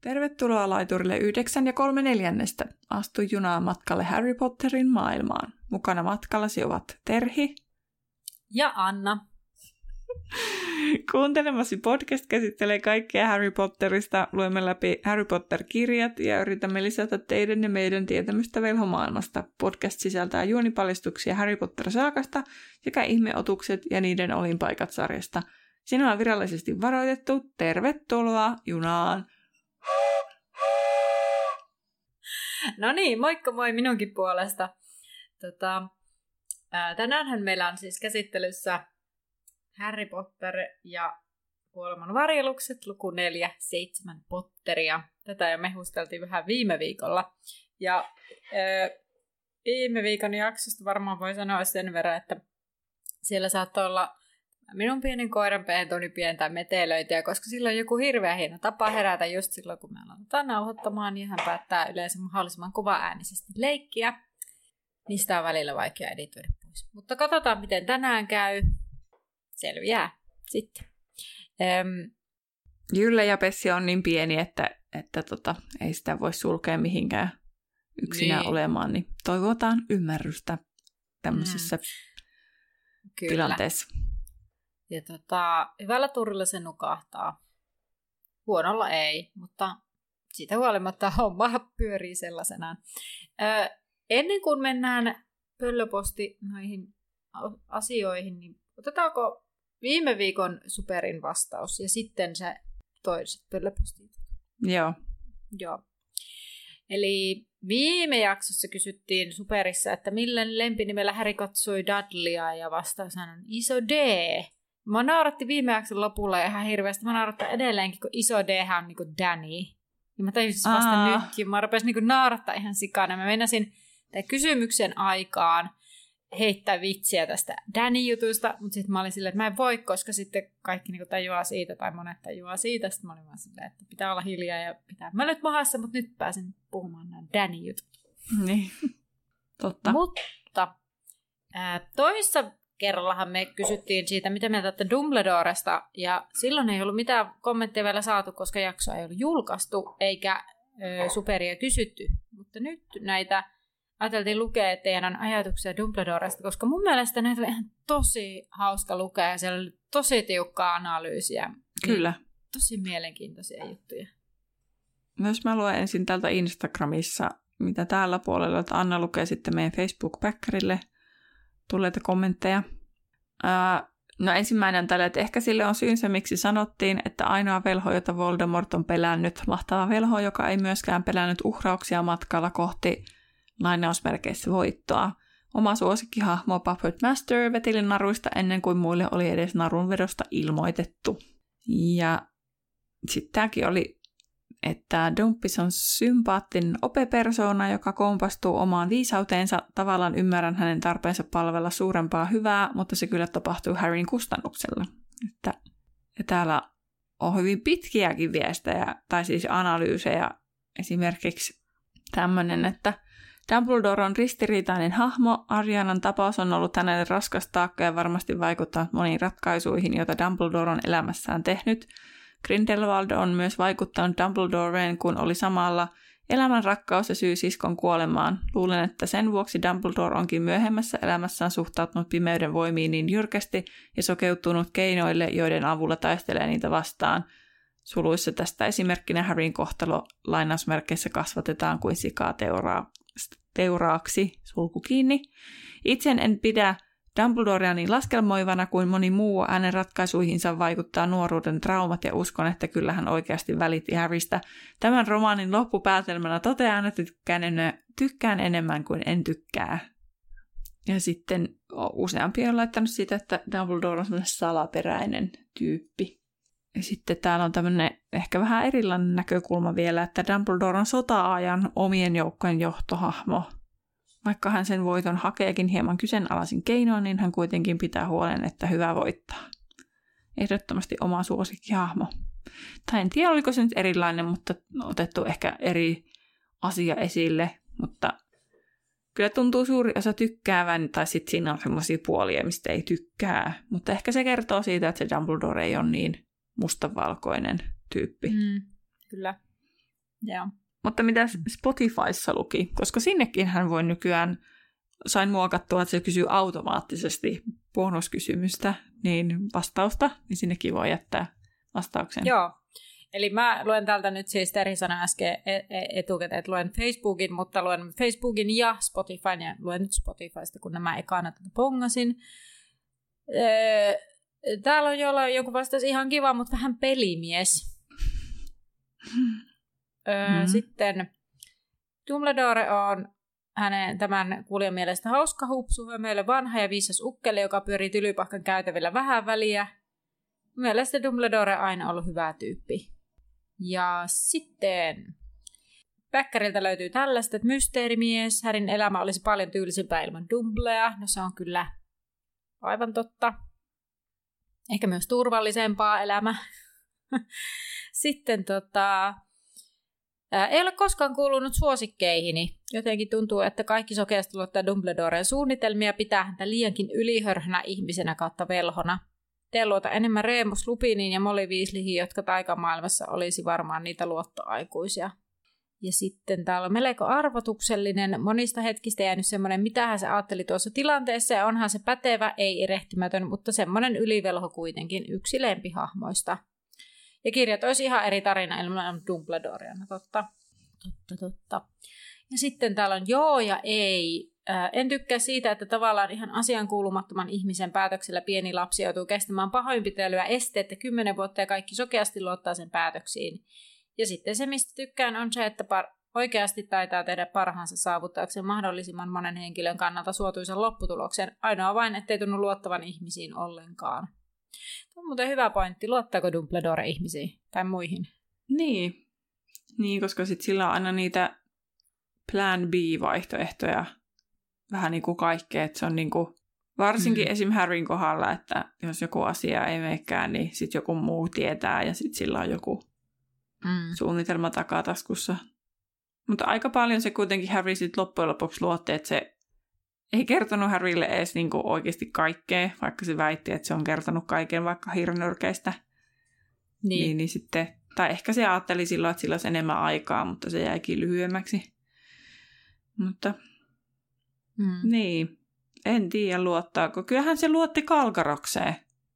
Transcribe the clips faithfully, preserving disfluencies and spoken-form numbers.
Tervetuloa laiturille yhdeksän ja kolme neljännestä. Astu junaan matkalle Harry Potterin maailmaan. Mukana matkallasi ovat Terhi ja Anna. Kuuntelemasi podcast käsittelee kaikkea Harry Potterista. Luemme läpi Harry Potter-kirjat ja yritämme lisätä teidän ja meidän tietämystä velhomaailmasta. Podcast sisältää juonipaljastuksia Harry Potter-saakasta sekä ihmeotukset ja niiden olinpaikat sarjasta. Sinua on virallisesti varoitettu. Tervetuloa junaan! No niin, moikka moi minunkin puolesta. Tota, ää, tänäänhän meillä on siis käsittelyssä Harry Potter ja Kuoleman varjelukset, luku neljä, seitsemän Potteria. Tätä jo mehusteltiin vähän viime viikolla. Ja ää, viime viikon jaksosta varmaan voi sanoa sen verran, että siellä saattoi olla minun pienen koiran Pentoni pientä metelöintiä, koska sillä on joku hirveän hieno tapa herätä just silloin, kun me aloitetaan nauhoittamaan, niin hän päättää yleensä mahdollisimman kova-äänisesti leikkiä. Niistä on välillä vaikea editoida pois. Mutta katsotaan, miten tänään käy. Selviää sitten. Öm. Jylle ja Pessi on niin pieni, että, että tota, ei sitä voi sulkea mihinkään yksinään niin olemaan, niin toivotaan ymmärrystä tämmöisessä mm. tilanteessa. Ja tota, hyvällä turilla se nukahtaa. Huonolla ei, mutta siitä huolimatta homma pyörii sellaisenaan. Öö, ennen kuin mennään pöllöposti noihin asioihin, niin otetaanko viime viikon superin vastaus ja sitten se toiset pöllöpostit? Joo. Joo. Eli viime jaksossa kysyttiin superissa, että millä lempinimellä Harry katsoi Dudleya, ja vastaus on Iso D. Mä nauratti viime jakson lopulla ihan hirveästi. Mä naurattaa edelleenkin, kun Iso D-hän on niinku Danny. Ja mä tajusin vasta Aa. nyt, ja mä rupesin niinku naurattaa ihan sikana. Mä meinasin tämän kysymyksen aikaan heittää vitsiä tästä Danny-jutusta, mutta sitten mä olin silleen, että mä en voi, koska sitten kaikki niinku tajuaa siitä, tai monet tajuaa siitä. Sitten mä olin vaan silleen, että pitää olla hiljaa ja pitää mä nyt mahassa, mutta nyt pääsen puhumaan nämä Danny-jutut. Niin, totta. Mutta ää, toissa kerrallahan me kysyttiin siitä, mitä mieltä olette Dumbledoresta, ja silloin ei ollut mitään kommentteja vielä saatu, koska jakso ei ollut julkaistu, eikä ö, superia kysytty. Mutta nyt näitä ajateltiin lukea teidän ajatuksia Dumbledoresta, koska mun mielestä näitä oli ihan tosi hauska lukea, ja siellä oli tosi tiukkaa analyysiä. Kyllä. Niin, tosi mielenkiintoisia juttuja. Myös mä luen ensin täältä Instagramissa, mitä täällä puolella, että Anna lukee sitten meidän Facebook-päkkärille tulleita kommentteja. Ää, no ensimmäinen on tällä, että ehkä sille on syynsä, miksi sanottiin, että ainoa velho, jota Voldemort on pelännyt, mahtava velho, joka ei myöskään pelännyt uhrauksia matkalla kohti lainausmerkeissä voittoa. Oma suosikkihahmo Puppet Master veteli naruista ennen kuin muille oli edes narunvedosta ilmoitettu. Ja sitten tämäkin oli, että Dumppis on sympaattinen opepersoona, joka kompastuu omaan viisauteensa. Tavallaan ymmärrän hänen tarpeensa palvella suurempaa hyvää, mutta se kyllä tapahtuu Harryn kustannuksella. Että, ja täällä on hyvin pitkiäkin viestejä, tai siis analyysejä. Esimerkiksi tämmöinen, että Dumbledore on ristiriitainen hahmo. Arianan tapaus on ollut hänelle raskas taakka ja varmasti vaikuttanut moniin ratkaisuihin, joita Dumbledore on elämässään tehnyt. Grindelwald on myös vaikuttanut Dumbledoreen, kun oli samalla elämän rakkaus ja syy siskon kuolemaan. Luulen, että sen vuoksi Dumbledore onkin myöhemmässä elämässään suhtautunut pimeyden voimiin niin jyrkästi ja sokeutunut keinoille, joiden avulla taistelee niitä vastaan. Suluissa tästä esimerkkinä Harryn kohtalo lainausmerkeissä kasvatetaan kuin sikaa teuraa, teuraaksi, sulku kiinni. Itse en pidä Dumbledorea niin laskelmoivana kuin moni muu. Hänen ratkaisuihinsa vaikuttaa nuoruuden traumat ja uskon, että kyllä hän oikeasti välitti Harrystä. Tämän romaanin loppupäätelmänä totean, että tykkään, en, tykkään enemmän kuin en tykkää. Ja sitten useampi on laittanut sitä, että Dumbledore on sellainen salaperäinen tyyppi. Ja sitten täällä on tämmöinen ehkä vähän erilainen näkökulma vielä, että Dumbledore on sota-ajan omien joukkojen johtohahmo. Vaikka hän sen voiton hakeekin hieman kyseenalaisin keinoin, niin hän kuitenkin pitää huolen, että hyvä voittaa. Ehdottomasti oma suosikkihahmo. Tai en tiedä, oliko se nyt erilainen, mutta otettu ehkä eri asia esille. Mutta kyllä tuntuu suuri osa tykkäävän, tai sitten siinä on semmoisia puolia, mistä ei tykkää. Mutta ehkä se kertoo siitä, että se Dumbledore ei ole niin mustavalkoinen tyyppi. Mm, kyllä. Joo. Mutta mitä Spotifyssa luki? Koska sinnekin hän voi nykyään, sain muokattua, että se kysyy automaattisesti bonuskysymystä, niin vastausta, niin sinnekin voi jättää vastauksen. Joo. Eli mä luen täältä nyt siis, Terhi sanoi äsken etukäteen, että luen Facebookin, mutta luen Facebookin ja Spotifyn, ja luen nyt Spotifysta, kun nämä ekana tätä pongasin. Täällä on jollain joku vastaus ihan kiva, mutta vähän pelimies. Mm-hmm. Sitten Dumbledore on hänen tämän kuulijan mielestä hauska hupsu, meille vanha ja viisas ukkeli, joka pyörii Tylypahkan käytävillä vähän väliä. Mielestäni Dumbledore on aina ollut hyvä tyyppi. Ja sitten Päkkäriltä löytyy tällaista, että mysteerimies, Harryn elämä olisi paljon tyylisempää ilman Dumblea. No se on kyllä aivan totta. Ehkä myös turvallisempaa elämä. Sitten tota, ää, ei ole koskaan kuulunut suosikkeihini. Jotenkin tuntuu, että kaikki sokeasti luottaa Dumbledoreen suunnitelmia ja pitää häntä liiankin ylihörhänä ihmisenä kautta velhona. Te luota enemmän Remus Lupiniin ja Molly Weasleyhin, jotka taikamaailmassa olisi varmaan niitä luottoaikuisia. Ja sitten täällä on melko arvotuksellinen. Monista hetkistä jäänyt semmoinen, mitä se ajatteli tuossa tilanteessa, ja onhan se pätevä, ei erehtymätön, mutta semmoinen ylivelho kuitenkin yksi lempihahmoista. Ja kirjat olisi ihan eri tarina ilman Dumbledorea, no totta. Totta, totta. Ja sitten täällä on joo ja ei. Ää, en tykkää siitä, että tavallaan ihan asiankuulumattoman ihmisen päätöksellä pieni lapsi joutuu kestämään pahoinpitelyä esteettä kymmenen vuotta ja kaikki sokeasti luottaa sen päätöksiin. Ja sitten se, mistä tykkään, on se, että par- oikeasti taitaa tehdä parhaansa saavuttaakseen mahdollisimman monen henkilön kannalta suotuisen lopputuloksen. Ainoa vain, ettei tunnu luottavan ihmisiin ollenkaan. Tuo on muuten hyvä pointti. Luottaako Dumbledore ihmisiin tai muihin? Niin, niin koska sitten sillä on aina niitä plan B-vaihtoehtoja. Vähän niin kuin kaikkea, että se on niin kuin, varsinkin mm. esim. Harryn kohdalla, että jos joku asia ei meekään, niin sitten joku muu tietää ja sitten sillä on joku mm. suunnitelma takataskussa. Mutta aika paljon se kuitenkin Harry sitten loppujen lopuksi luotti, että se ei kertonut Harrylle edes niin kuin oikeasti kaikkea, vaikka se väitti, että se on kertonut kaiken vaikka hirnyrkeistä. Niin. Niin, niin sitten, tai ehkä se ajatteli silloin, että sillä olisi enemmän aikaa, mutta se jäikin lyhyemmäksi. Mutta Mm. niin, en tiedä luottaako. Kyllähän se luotti Kalkarokseen.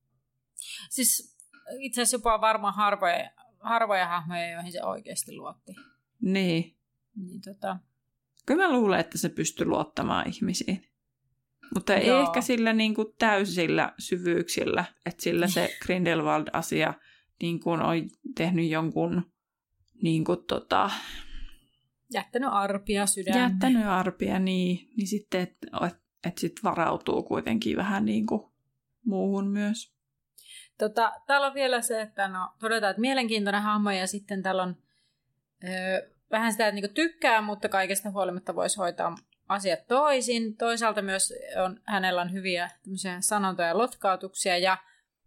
Siis itse asiassa jopa varmaan harvoja, harvoja hahmoja, joihin se oikeasti luotti. Niin. Niin tota. Kyllä mä luulen, että se pystyy luottamaan ihmisiin. Mutta ei Joo. ehkä sillä niin kuin täysillä syvyyksillä, että sillä se Grindelwald-asia niin kuin on tehnyt jonkun niin kuin tota... Jättänyt arpia sydäntä. Jättänyt arpia, niin, niin sitten, että et, et sit varautuu kuitenkin vähän niin kuin muuhun myös. Tota, täällä on vielä se, että no, todetaan, että mielenkiintoinen hahmo, ja sitten täällä on öö, vähän sitä, että niinku tykkää, mutta kaikesta huolimatta voisi hoitaa asiat toisin. Toisaalta myös on, hänellä on hyviä sanontoja ja lotkautuksia, ja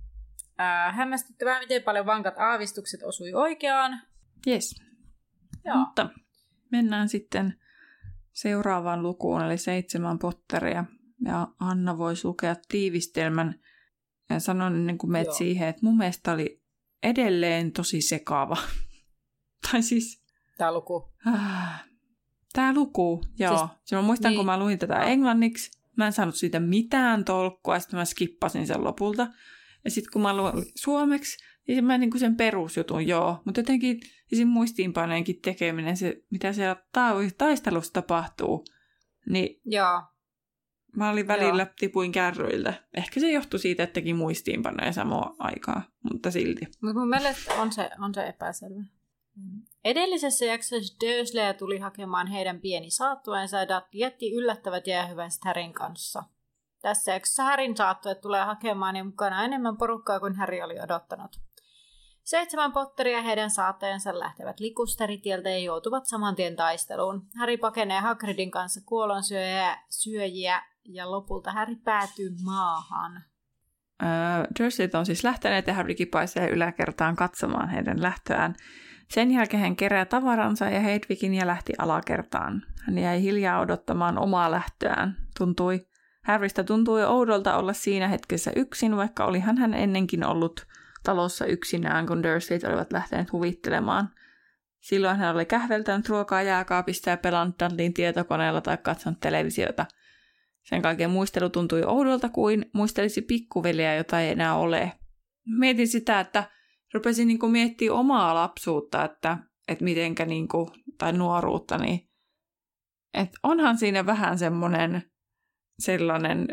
ää, hämmästyttävää, miten paljon vankat aavistukset osui oikeaan. Jes. Joo. Mutta mennään sitten seuraavaan lukuun, eli seitsemän Potteria. Ja Anna voisi lukea tiivistelmän. Ja sanon ennen kuin menet siihen, että mun mielestä oli edelleen tosi sekava. tai siis... Tämä luku. Äh, Tämä luku, joo. Siis, siis mä muistan, niin. kun mä luin tätä englanniksi, mä en saanut siitä mitään tolkkua, ja sitten mä skippasin sen lopulta. Ja sitten kun mä luin suomeksi, niin mä niin kuin sen perusjutun, joo. Mutta jotenkin siinä muistiinpaneenkin tekeminen, se, mitä siellä taistelussa tapahtuu, niin joo. mä olin välillä, joo. tipuin kärryiltä. Ehkä se johtui siitä, että teki muistiinpaneen samaan aikaan, mutta silti. Mutta mun mielestä on se, on se epäselvä. Edellisessä jaksossa Dursley tuli hakemaan heidän pieni saattueensa ja Dudley jätti yllättävät jäähyväiset Harryn kanssa. Tässä jaksossa Harryn saattueet tulee hakemaan ja mukana enemmän porukkaa kuin Harry oli odottanut. Seitsemän Potteria ja heidän saatteensa lähtevät likusteritieltä ja joutuvat saman tien taisteluun. Harry pakenee Hagridin kanssa kuolonsyöjiä syöjiä, ja lopulta Harry päätyy maahan. Öö, Dursleyt on siis lähteneet ja Harry kipaisee yläkertaan katsomaan heidän lähtöään. Sen jälkeen hän kerää tavaransa ja Hedwigin ja lähti alakertaan. Hän jäi hiljaa odottamaan omaa lähtöään. Tuntui, Harrystä tuntui oudolta olla siinä hetkessä yksin, vaikka olihan hän ennenkin ollut talossa yksinään, kun Dursleyt olivat lähteneet huvittelemaan. Silloin hän oli kähveltänyt ruokaa jääkaapista ja pelannut Dudleyn tietokoneella tai katsonut televisiota. Sen kaiken muistelu tuntui oudolta kuin muistelisi pikkuveliä, jota ei enää ole. Mietin sitä, että rupesin niin kuin miettimään omaa lapsuutta, että, että mitenkä, niin kuin, tai nuoruutta, niin että onhan siinä vähän semmoinen sellainen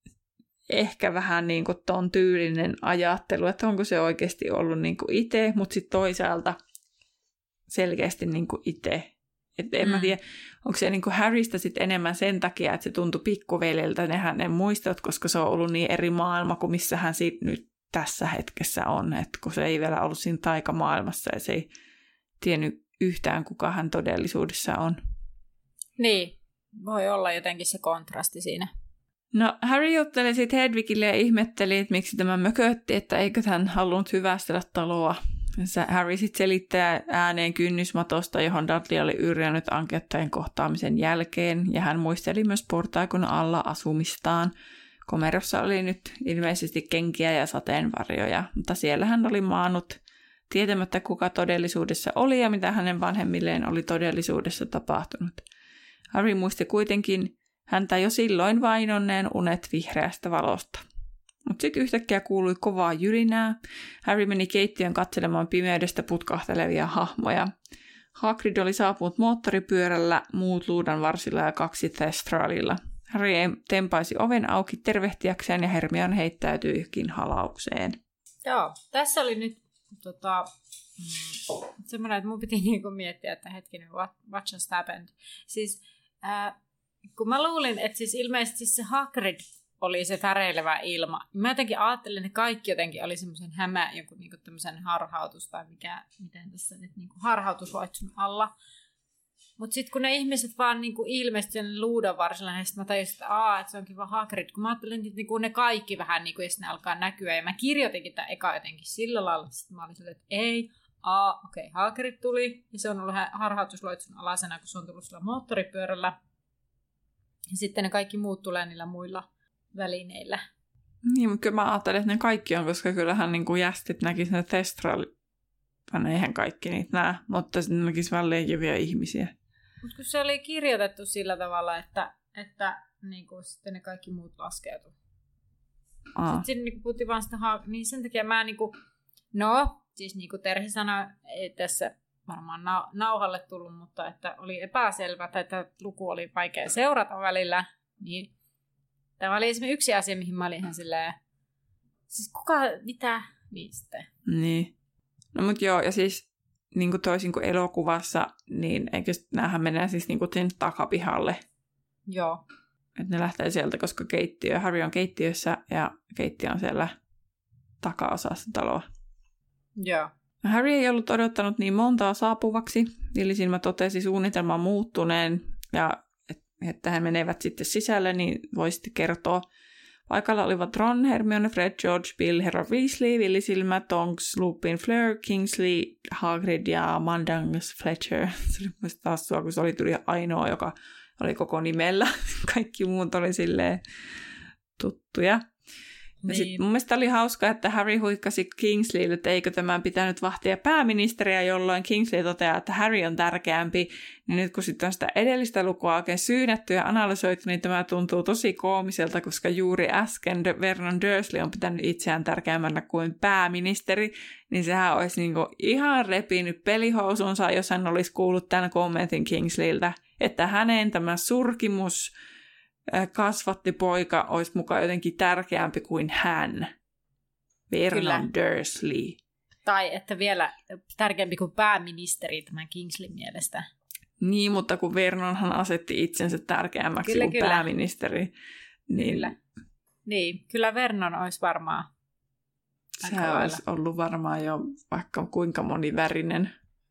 ehkä vähän niin kuin ton tyylinen ajattelu, että onko se oikeasti ollut niin kuin itse, mutta sitten toisaalta selkeästi niin kuin itse. Että en mm. mä tiedä, onko se niin kuin Harrystä sit enemmän sen takia, että se tuntui pikkuveljeltä ne hänen muistot, koska se on ollut niin eri maailma kuin missä hän sit nyt tässä hetkessä on. Että kun se ei vielä ollut siinä taikamaailmassa ja se ei tiennyt yhtään, kuka hän todellisuudessa on. Niin, voi olla jotenkin se kontrasti siinä. No, Harry jutteli sitten Hedwigille ja ihmetteli, että miksi tämä mökötti, että eikö hän halunnut hyvästellä taloa. Harry sitten selittää ääneen kynnysmatosta, johon Dudley oli yrjännyt ankeuttajien kohtaamisen jälkeen, ja hän muisteli myös portaikon alla asumistaan. Komerossa oli nyt ilmeisesti kenkiä ja sateenvarjoja, mutta siellä hän oli maannut tietämättä, kuka todellisuudessa oli ja mitä hänen vanhemmilleen oli todellisuudessa tapahtunut. Harry muisti kuitenkin häntä jo silloin vainonneen unet vihreästä valosta. Mutta sitten yhtäkkiä kuului kovaa jyrinää. Harry meni keittiön katselemaan pimeydestä putkahtelevia hahmoja. Hagrid oli saapunut moottoripyörällä, muut luudan varsilla ja kaksi Thestralilla. Harry tempaisi oven auki tervehtiäkseen ja Hermione heittäytyikin halaukseen. Joo, tässä oli nyt tota, mm, semmoinen, että mun piti niinku miettiä, että hetkinen, what, what just happened? Siis, äh, kun mä luulin, että siis ilmeisesti se Hagrid oli se täreilevä ilma. Mä jotenkin ajattelin, että kaikki jotenkin oli semmoisen hämä, joku niinku tämmöisen harhautus tai mikä, miten tässä nyt niinku harhautusloitsun alla. Mutta sitten kun ne ihmiset vaan niinku ilmestyi sen luudan varsilla, niin sitten mä tajusin, että, Aa, että se onkin vaan Hagrid. Kun mä ajattelin, että niinku ne kaikki vähän, niinku, ja sitten ne alkaa näkyä. Ja mä kirjoitinkin tämän eka jotenkin sillä lailla. Sitten mä olin sille, että ei, aa, okei, okay, Hagrid tuli. Ja se on ollut harhautusloitsun alasena, kun se on tullut sillä moottoripyörällä. Ja sitten ne kaikki muut tulee niillä muilla välineillä. Niin, mutta kyllä mä ajattelin, että ne kaikki on, koska kyllähän niin kuin jästit näkisi ne Thestral, vaan eihän kaikki niitä näe, mutta sitten näkisi vähän leikiviä ihmisiä. Mutta kun se oli kirjoitettu sillä tavalla, että, että niin kuin sitten ne kaikki muut laskeutuu. Aa. Sitten siinä niin puhuttiin vaan sitä, niin sen takia mä niin kuin, no, siis niin kuin Terhi sanoi, ei tässä varmaan nau- nauhalle tullut, mutta että oli epäselvä, tai että luku oli vaikea seurata välillä, niin tämä oli esimerkiksi yksi asia, mihin mä olin ihan silleen, siis kuka, mitä, niin sitten. Niin. No mut joo, ja siis niin kuin toisin kuin elokuvassa, niin eikö näähän menee siis niin kuin sinne takapihalle. Joo. Että ne lähtee sieltä, koska keittiö, Harry on keittiössä ja keittiö on siellä takaosassa taloa. Joo. Harry ei ollut odottanut niin montaa saapuvaksi. Villisilmä totesi suunnitelman muuttuneen ja että he menevät sitten sisälle, niin voisitte kertoa. Paikalla olivat Ron, Hermione, Fred, George, Bill, Herra Weasley, Villisilmä, Tonks, Lupin, Fleur, Kingsley, Hagrid ja Mandangus Fletcher. Se oli muista taas sua, kun se oli tuli ainoa, joka oli koko nimellä. Kaikki muut oli silleen tuttuja. Ja niin. Sitten mun mielestä oli hauska, että Harry huikkasi Kingsleylle, että eikö tämän pitänyt vahtia pääministeriä, jolloin Kingsley toteaa, että Harry on tärkeämpi. Niin nyt kun sitten on sitä edellistä lukua oikein syynätty ja analysoitu, niin tämä tuntuu tosi koomiselta, koska juuri äsken Vernon Dursley on pitänyt itseään tärkeämmänä kuin pääministeri. Niin sehän olisi niinku ihan repinyt pelihousunsa, jos hän olisi kuullut tämän kommentin Kingsleyltä, että hänen tämä surkimus kasvatti poika olisi mukaan jotenkin tärkeämpi kuin hän. Vernon Dursley. Tai että vielä tärkeämpi kuin pääministeri tämän Kingsleyn mielestä. Niin, mutta kun Vernonhan asetti itsensä tärkeämmäksi kyllä, kuin kyllä. pääministeri. Niin... Kyllä. Niin, kyllä Vernon olisi varmaan. Se olisi ollut varmaan jo vaikka kuinka monivärinen.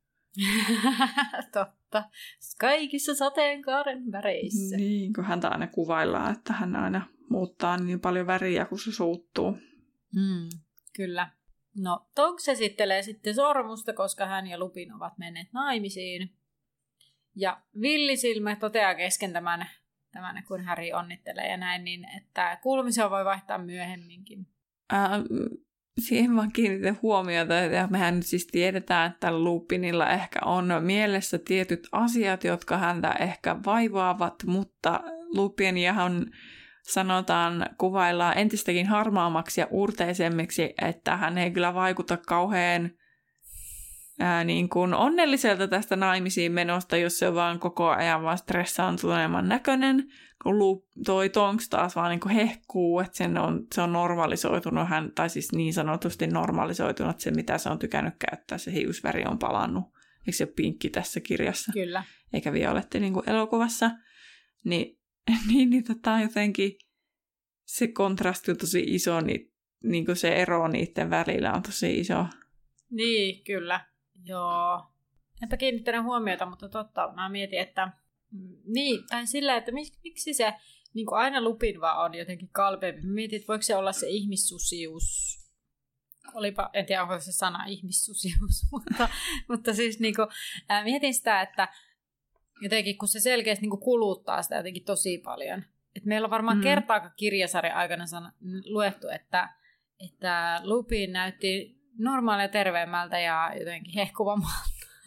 Totta. Kaikissa sateenkaaren väreissä. Niin, kun häntä aina kuvaillaan, että hän aina muuttaa niin paljon väriä, kun se suuttuu. Mm, kyllä. No, Tonks esittelee sitten sormusta, koska hän ja Lupin ovat menneet naimisiin. Ja Villisilmä toteaa kesken tämän, tämän, kun Harry onnittelee ja näin, niin että kuulumisia voi vaihtaa myöhemminkin. Äh, siihen vaan kiinnitän huomiota, että mehän nyt siis tiedetään, että Lupinilla ehkä on mielessä tietyt asiat, jotka häntä ehkä vaivaavat, mutta Lupiniahan sanotaan kuvaillaan entistäkin harmaammaksi ja urteisemmiksi, että hän ei kyllä vaikuta kauhean ää, niin kuin onnelliselta tästä naimisiin menosta, jos se on vaan koko ajan vaan stressaantuneemman näköinen. Kun toi Tonks taas vaan niin kuin hehkuu, että sen on, se on normalisoitunut, hän, tai siis niin sanotusti normalisoitunut, se mitä se on tykännyt käyttää, se hiusväri on palannut. Eikö se ole pinkki tässä kirjassa? Kyllä. Eikä violetti niin kuin elokuvassa. Niin, niin, niin tota, jotenkin se kontrasti on tosi iso, niin, niin kuin se ero niiden välillä on tosi iso. Niin, kyllä. Joo. Enpä kiinnittänyt huomiota, mutta totta, mä mietin, että niin, tai sillä, että mik, miksi se niin kuin aina Lupin vaan on jotenkin kalpeampi. Mä mietin, että voiko se olla se ihmissusius. Olipa, en tiedä, onko se sana ihmissusius, mutta, mutta siis niin kuin, ää, mietin sitä, että jotenkin kun se selkeästi niin kuin kuluttaa sitä jotenkin tosi paljon. Et meillä on varmaan mm. kertaakaan kirjasarjan aikana sana, luettu, että, että Lupin näytti normaalia terveemmältä ja jotenkin hehkuvammalta.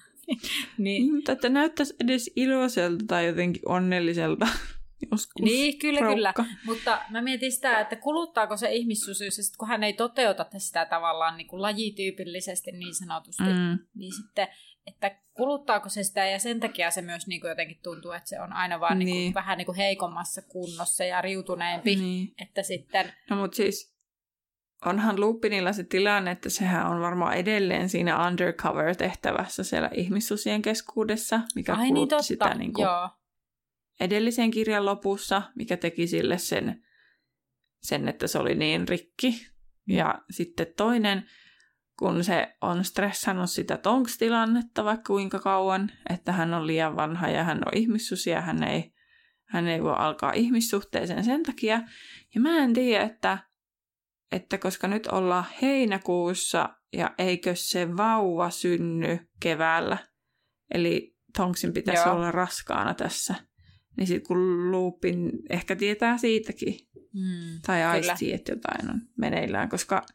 niin. Mutta että näyttäisi edes iloiselta tai jotenkin onnelliselta joskus. Niin, kyllä, raukka. kyllä. Mutta mä mietin sitä, että kuluttaako se ihmissusius, ja sit kun hän ei toteuta sitä tavallaan niin kuin lajityypillisesti niin sanotusti, mm. niin sitten, että kuluttaako se sitä, ja sen takia se myös niin kuin jotenkin tuntuu, että se on aina vaan niin. Niin kuin, vähän niin kuin heikommassa kunnossa ja riutuneempi. Niin. Että sitten... No mutta siis onhan Lupinilla se tilanne, että sehän on varmaan edelleen siinä undercover-tehtävässä siellä ihmissusien keskuudessa, mikä Ai, kulutti niin sitä niin kuin edellisen kirjan lopussa, mikä teki sille sen, sen, että se oli niin rikki. Ja sitten toinen, kun se on stressannut sitä Tonks-tilannetta vaikka kuinka kauan, että hän on liian vanha ja hän on ihmissusi ja hän ei, hän ei voi alkaa ihmissuhteeseen sen takia. Ja mä en tiedä, että että koska nyt ollaan heinäkuussa ja eikö se vauva synny keväällä, eli Tonksin pitäisi Joo. olla raskaana tässä, niin sitten kun Lupin ehkä tietää siitäkin, mm, tai aistii, että jotain on meneillään, koska,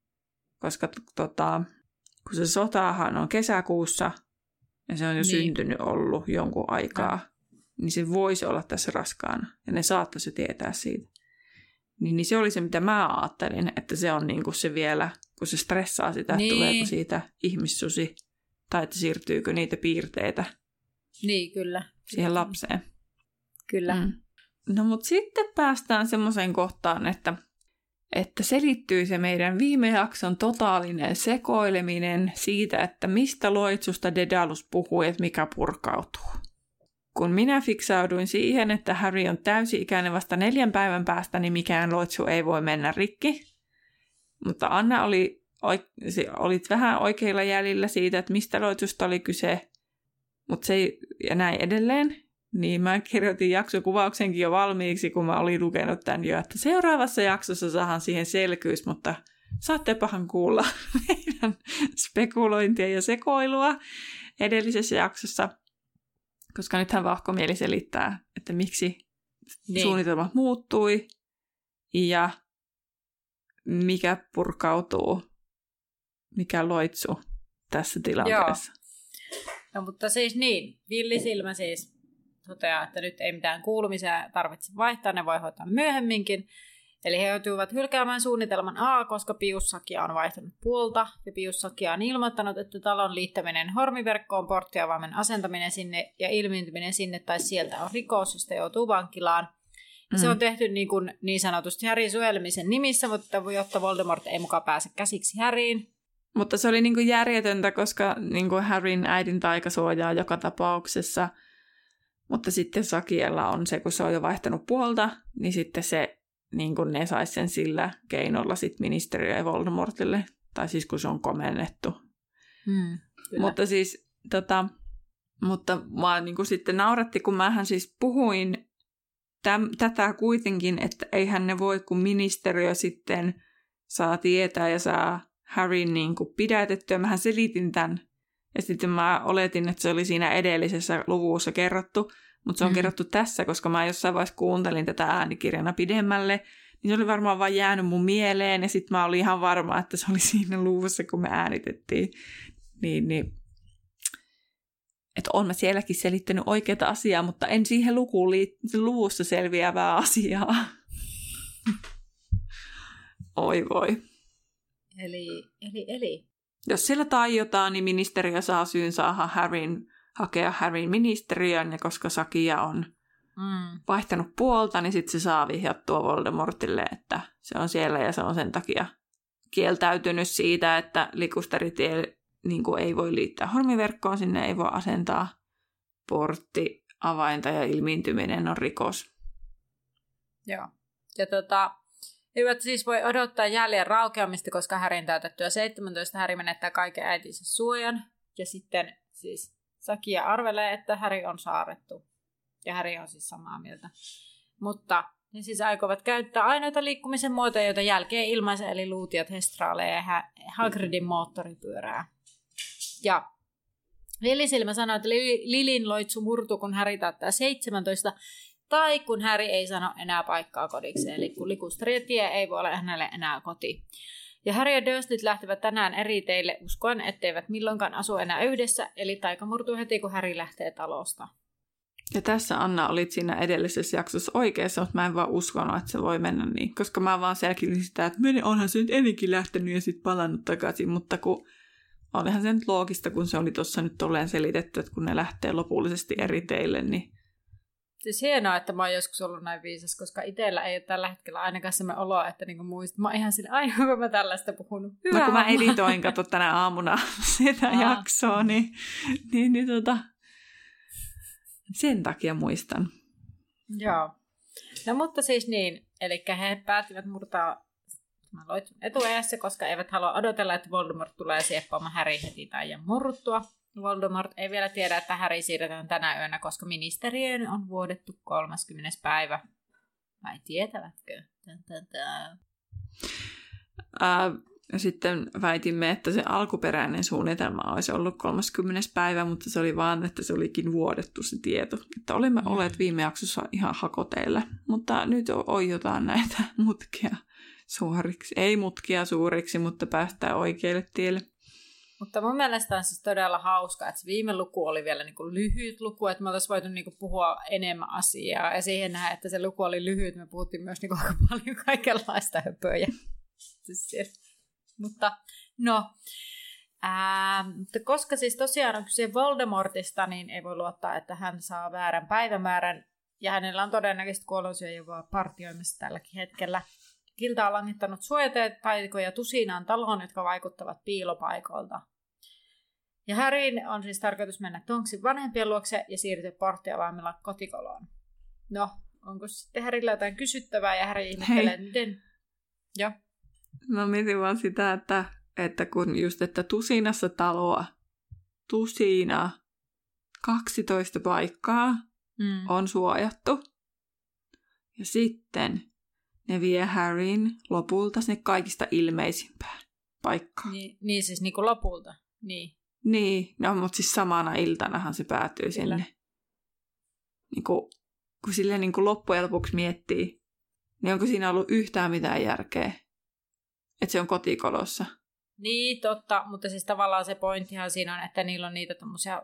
koska tota, kun se sotahan on kesäkuussa ja se on jo niin. syntynyt ollut jonkun aikaa, ja. niin se voisi olla tässä raskaana ja ne saattaisi tietää siitä. Niin, niin se oli se, mitä mä ajattelin, että se on niin kuin se vielä, kun se stressaa sitä, niin. että tuleeko siitä ihmissusi, tai että siirtyykö niitä piirteitä niin, kyllä. siihen lapseen. Kyllä. Mm. No mutta sitten päästään semmoiseen kohtaan, että, että selittyy se meidän viime jakson totaalinen sekoileminen siitä, että mistä loitsusta Dedalus puhui, että mikä purkautuu. Kun minä fiksauduin siihen, että Harry on täysi-ikäinen vasta neljän päivän päästä, niin mikään loitsu ei voi mennä rikki. Mutta Anna oli, olit vähän oikeilla jäljillä siitä, että mistä loitsusta oli kyse, mutta se ei, ja näin edelleen. Niin mä kirjoitin jaksokuvauksenkin jo valmiiksi, kun mä olin lukenut tämän jo, että seuraavassa jaksossa saadaan siihen selkyys, mutta saattepahan kuulla meidän spekulointia ja sekoilua edellisessä jaksossa. Koska nythän vahkomieli selittää, että miksi niin. suunnitelma muuttui ja mikä purkautuu, mikä loitsu tässä tilanteessa. Joo. No mutta siis niin, Villisilmä siis toteaa, että nyt ei mitään kuulumisia tarvitse vaihtaa, ne voi hoitaa myöhemminkin. Eli he joutuivat hylkäämään suunnitelman A, koska Piussakia on vaihtanut puolta, ja Piussakia on ilmoittanut, että talon liittäminen hormiverkkoon, porttiavaimen asentaminen sinne ja ilmiintyminen sinne tai sieltä on rikos, josta joutuu vankilaan. Mm. Se on tehty niin, kuin, niin sanotusti Harryn suojelemisen nimissä, mutta jotta Voldemort ei mukaan pääse käsiksi Harryin. Mutta se oli niin kuin järjetöntä, koska niin kuin Harryn äidin taikasuojaa joka tapauksessa, mutta sitten Sakiella on se, kun se on jo vaihtanut puolta, niin sitten se niin kuin ne sais sen sillä keinolla sit ministeriö ja Voldemortille, tai siis kun se on komennettu. Hmm, mutta siis, tota, mutta mä niin kuin sitten nauratti, kun mähän siis puhuin täm, tätä kuitenkin, että eihän ne voi, kun ministeriö sitten saa tietää ja saa Harryn niin kuin pidätettyä. Mähän selitin tämän, ja sitten mä oletin, että se oli siinä edellisessä luvussa kerrottu, mutta se on mm. kerrottu tässä, koska mä jossain vaiheessa kuuntelin tätä äänikirjana pidemmälle, niin se oli varmaan vaan jäänyt mun mieleen, ja sitten mä olin ihan varma, että se oli siinä luvussa, kun me äänitettiin. Niin, niin. Että on mä sielläkin selittänyt oikeaa asiaa, mutta en siihen lukuun liitt- luvussa selviävää asiaa. Oi voi. Eli, eli, eli. Jos siellä taiotaan, niin ministeriö saa syyn saada Harryn, hakea Harryn ministeriön, ja koska Sakia on mm. vaihtanut puolta, niin sitten se saa vihjattua Voldemortille, että se on siellä, ja se on sen takia kieltäytynyt siitä, että likustaritie niin kuin ei voi liittää hormiverkkoon, sinne ei voi asentaa porttiavainta, ja ilmiintyminen on rikos. Joo. Ja tota... Hyvät siis voi odottaa jäljen raukeamista, koska Harryn täytettyä seitsemäntoista Harry menettää kaiken äitinsä suojan. Ja sitten siis Sakia arvelee, että Harry on saarrettu. Ja Harry on siis samaa mieltä. Mutta ne siis aikovat käyttää ainoita liikkumisen muotoja, joita jälkeen ilmaisen, eli luutiot, hestraaleja ja ha- Hagridin moottoripyörää. Ja Lilisilmä sanoi, että Lilin loitsu murtuu, kun Harry täyttää seitsemäntoista. Tai kun Harry ei sano enää paikkaa kodikseen, eli kun Likustariatie ei voi olla hänelle enää koti. Ja Harry ja Dursleyt lähtevät tänään eri teille uskoen, etteivät milloinkaan asu enää yhdessä, eli taika murtuu heti, kun Harry lähtee talosta. Ja tässä Anna olit siinä edellisessä jaksossa oikeassa, mutta mä en vaan uskonut, että se voi mennä niin. Koska mä vaan selkin sitä, että onhan se nyt ennenkin lähtenyt ja sitten palannut takaisin, mutta kun olihan se nyt loogista, kun se oli tuossa nyt tolleen selitetty, että kun ne lähtee lopullisesti eri teille, niin siis hienoa, että mä oon joskus ollut näin viisas, koska itsellä ei ole tällä hetkellä ainakaan semmoinen olo, että niinku muistat. Mä oon ihan sille, ai onko mä tällaista puhunut? Hyvä. No kun mä editoin, kato tänä aamuna sitä Aa. jaksoa, niin, niin, niin tota, sen takia muistan. Joo. No mutta siis niin, eli he päättivät murtaa etuajassa, koska eivät halua odotella, että Voldemort tulee sieppaamaan Harry heti tai ja murruttua. Voldemort ei vielä tiedä, että Harry siirretään tänä yönä, koska ministeriöön on vuodettu kolmaskymmenes päivä. Vai tietävätkö? Ää, sitten väitimme, että se alkuperäinen suunnitelma olisi ollut kolmaskymmenes päivä, mutta se oli vaan, että se olikin vuodettu se tieto. Että olemme mm. olleet viime jaksossa ihan hakoteilla, mutta nyt oiotaan näitä mutkia suoriksi. Ei mutkia suuriksi, mutta päästään oikealle tielle. Mutta mun mielestä on siis todella hauska, että se viime luku oli vielä niin kuin lyhyt luku, että me oltaisiin voitu niin kuin puhua enemmän asiaa. Ja siihen nähdään, että se luku oli lyhyt, me puhuttiin myös niin kuin aika paljon kaikenlaista höpöjä. Mutta no, ää, mutta koska siis tosiaan on kyse Voldemortista, niin ei voi luottaa, että hän saa väärän päivämäärän. Ja hänellä on todennäköisesti kuolonsyöjä partioimassa tälläkin hetkellä. Kilta on langittanut suojataikoja tusinaan taloon, jotka vaikuttavat piilopaikoilta. Ja Harryn on siis tarkoitus mennä Tonksin vanhempien luokse ja siirtyä porttiavaimella kotikoloon. No, onko sitten Harryllä jotain kysyttävää ja Harry ihmettelee, miten? Joo. Mä mietin vaan sitä, että, että kun just, että tusinassa taloa, tusina, kaksitoista paikkaa mm. on suojattu. Ja sitten ne vie Harryn lopulta sinne kaikista ilmeisimpään paikkaan. Niin, niin siis niin kuin lopulta, niin. Niin, no mutta siis samana iltanahan se päätyy Kyllä. sinne. Niin kuin, kun silleen niin kuin loppujen lopuksi miettii, niin onko siinä ollut yhtään mitään järkeä, että se on kotikolossa. Niin, totta, mutta siis tavallaan se pointtihan siinä on, että niillä on niitä tommosia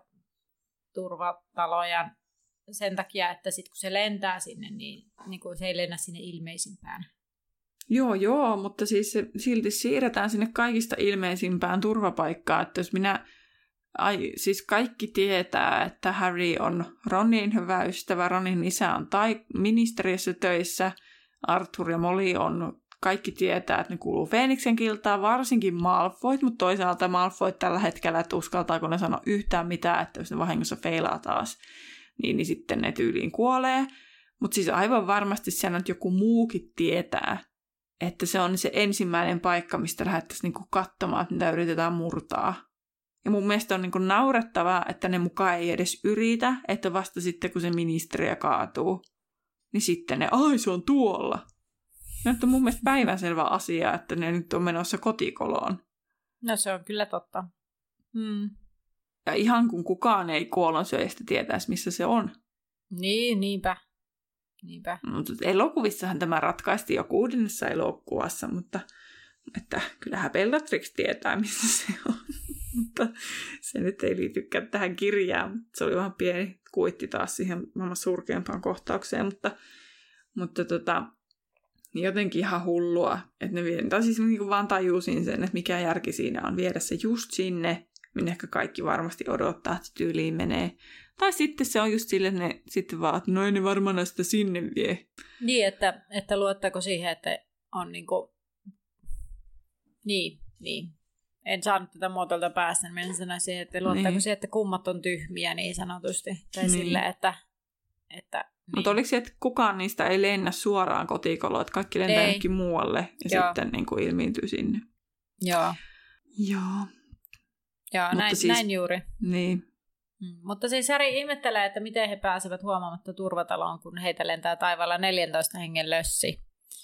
turvataloja sen takia, että sit kun se lentää sinne, niin, niin kuin se ei lennä sinne ilmeisimpään. Joo, joo, mutta siis se silti siirretään sinne kaikista ilmeisimpään turvapaikkaan, että jos minä, ai, siis kaikki tietää, että Harry on Ronin hyvä ystävä, Ronin isä on tai ministeriössä töissä, Arthur ja Molly on, kaikki tietää, että ne kuuluu Feeniksen kiltaan, varsinkin Malfoyt, mutta toisaalta Malfoyt tällä hetkellä, että uskaltaako ne sanoa yhtään mitään, että jos ne vahingossa feilaa taas, niin, niin sitten ne tyyliin kuolee. Mutta siis aivan varmasti sen, että joku muukin tietää, että se on se ensimmäinen paikka, mistä lähdettäisiin niinku katsomaan, että mitä yritetään murtaa. Ja mun mielestä on niinku naurettavaa, että ne mukaan ei edes yritä, että vasta sitten kun se ministeriö kaatuu, niin sitten ne, ai se on tuolla. Ja on mun mielestä päivänselvä asia, että ne nyt on menossa kotikoloon. No se on kyllä totta. Hmm. Ja ihan kun kukaan ei kuolonsyöjästä tietäisi, missä se on. Niin, niinpä. Niinpä. Mutta elokuvissahan tämä ratkaistiin jo kuudennessa elokuvassa, mutta että kyllähän Bellatrix tietää, missä se on. Mutta se nyt ei liitykään tähän kirjaan. Se oli vähän pieni kuitti taas siihen maailman surkeampaan kohtaukseen, mutta, mutta tota, jotenkin ihan hullua. Että ne vie, tai siis niin vaan tajusin sen, että mikä järki siinä on viedä se just sinne, minne ehkä kaikki varmasti odottaa, että tyyliin menee. Tai sitten se on just sille, että ne sitten vaan, että no ei ne varmaan sitä sinne vie. Niin, että, että luottaako siihen, että on niinku... Niin, niin. En saanut tätä muotoilta päästä, niin minä sanoin siihen, että luottaako niin. siihen, että kummat on tyhmiä niin sanotusti. Tai niin. silleen, että... että niin. Mutta oliko se, että kukaan niistä ei lennä suoraan kotikoloon, että kaikki lentää ei. johonkin muualle ja Joo. sitten niin kuin ilmiintyy sinne? Joo. Joo. Joo, näin, siis, näin juuri. Niin. Mm, mutta siis Harry ihmettelee, että miten he pääsevät huomaamatta turvataloon, kun heitä lentää taivaalla neljäntoista hengen lössi.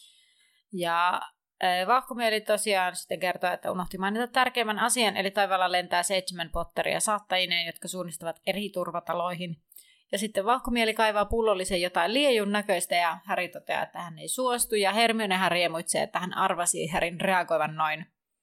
Ja äh, Vahkomieli tosiaan sitten kertoo, että unohti mainita tärkeimmän asian, eli taivaalla lentää seitsemän Potteria saattajineen, jotka suunnistavat eri turvataloihin. Ja sitten Vahkomieli kaivaa pullollisen jotain liejun näköistä, ja Harry toteaa, että hän ei suostu, ja Hermione hän riemuitsee, että hän arvasi Harryn reagoivan noin.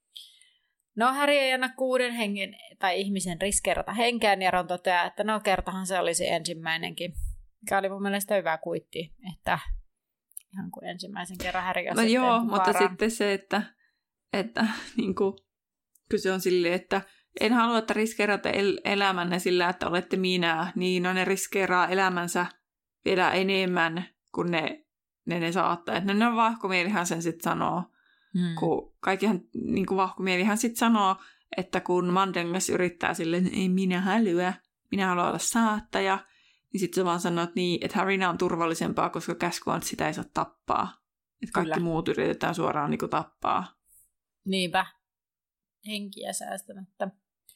No, Harry ei anna kuuden hengen tai ihmisen riskeerata henkeään, ja Ron toteaa, että no kertahan se olisi ensimmäinenkin. Mikä oli mun mielestä hyvä kuitti, että ihan kuin ensimmäisen kerran Harry on no sitten joo, vaaraan. Mutta sitten se, että, että niin kuin, kyse on silleen, että en halua, että riskeeraatte el- elämänne sillä, että olette minä. Niin, no ne riskeeraa elämänsä vielä enemmän kuin ne, ne, ne saattaa. Että ne Vahkomielihan sen sitten sanoo. Hmm. Kun kaikkihan, niin kuin Vahkomielihan sitten sanoo, että kun Mandangas yrittää silleen, että ei minä hälyä, minä haluan olla saattaja, niin sitten se vaan sanoo, että, niin, että Harryna on turvallisempaa, koska käsky on, että sitä ei saa tappaa. Että kaikki Kyllä. muut yritetään suoraan niin kuin tappaa. Niinpä. Henkiä säästämättä.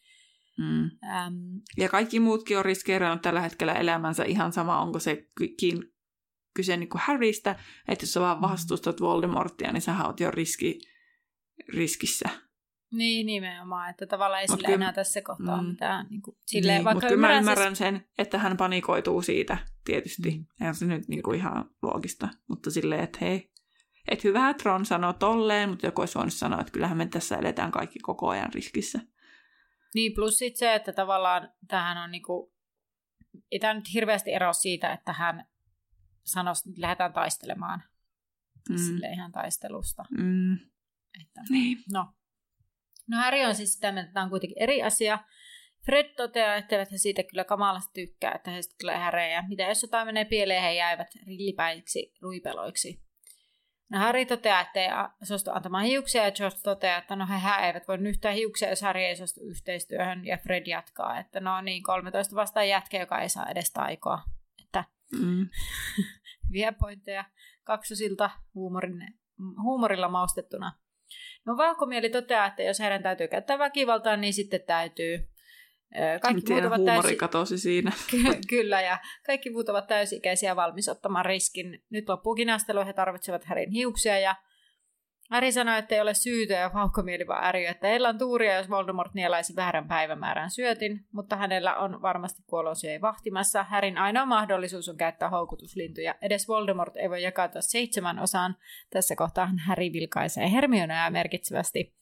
Mm. Ähm. Ja kaikki muutkin on riskeerannut tällä hetkellä elämänsä ihan sama, onko se kin kyse niin kuin Harrystä, että jos sä vaan vastustat Voldemortia, niin sähän oot jo riski, riskissä. Niin, nimenomaan, että tavallaan ei Mut sillä kyllä, enää tässä kohtaa mm, mitään. Niin kuin, silleen, niin, mutta kyllä mä ymmärrän sen, että hän panikoituu siitä, tietysti. Mm. Eihän se nyt niin kuin ihan loogista, mutta silleen, että hei, että hyvä, että Ron sanoo tolleen, mutta joku olisi voinut sanoa, että kyllähän me tässä eletään kaikki koko ajan riskissä. Niin, plus sitten se, että tavallaan tämähän on niinku, ei tämä nyt hirveästi ero siitä, että hän sanoi, että lähdetään taistelemaan. Mm. Silleen ihan taistelusta. Mm. Että, niin. No. no Harry on siis sitä mieltä, että tämä on kuitenkin eri asia. Fred toteaa, etteivät he siitä kyllä kamalasti tykkää, että heistä tulee härejä. Mitä jos jotain menee pieleen, he jäivät rillipäiksi ruipeloiksi. No Harry toteaa, että ei suostu antamaan hiuksia, ja George toteaa, että no he eivät voi nyhtää hiuksia, jos Harry ei suostu yhteistyöhön, ja Fred jatkaa, että no niin, kolmetoista vastaan jätkä, joka ei saa edes taikoa. Että mm. hyviä pointteja kaksosilta huumorilla maustettuna. No Vahkomieli toteaa, että jos heidän täytyy käyttää väkivaltaa, niin sitten täytyy. Kaikki muut ovat huumori täysi... katosi siinä. Ky- kyllä, ja kaikki muut ovat täysi-ikäisiä valmis ottamaan riskin. Nyt loppuu kinastelu, he tarvitsevat Harryn hiuksia, ja Harry sanoi, että ei ole syytä, ja Vahkomieli vaan äriö, että heillä on tuuria, jos Voldemort nielaisi väärän päivämäärän syötin, mutta hänellä on varmasti kuolosyöjä vahtimassa. Harryn ainoa mahdollisuus on käyttää houkutuslintuja. Edes Voldemort ei voi jakautua seitsemän osaan. Tässä kohtaa Harry vilkaisee Hermionea merkitsevästi.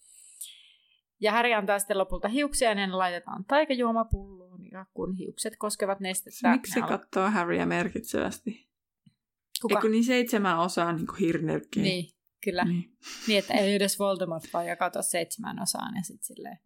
Ja Harry antaa sitten lopulta hiuksia, ja ne laitetaan taikajuomapulloon, ja kun hiukset koskevat nestettä... Miksi se katsoo Harryä merkitsevästi? Kuka? Eikö niin seitsemän osaa niin kuin hirnerkeä? Niin, kyllä. Niin. niin, että ei edes Voldemort vaan jakautua seitsemän osaan, ja sitten silleen...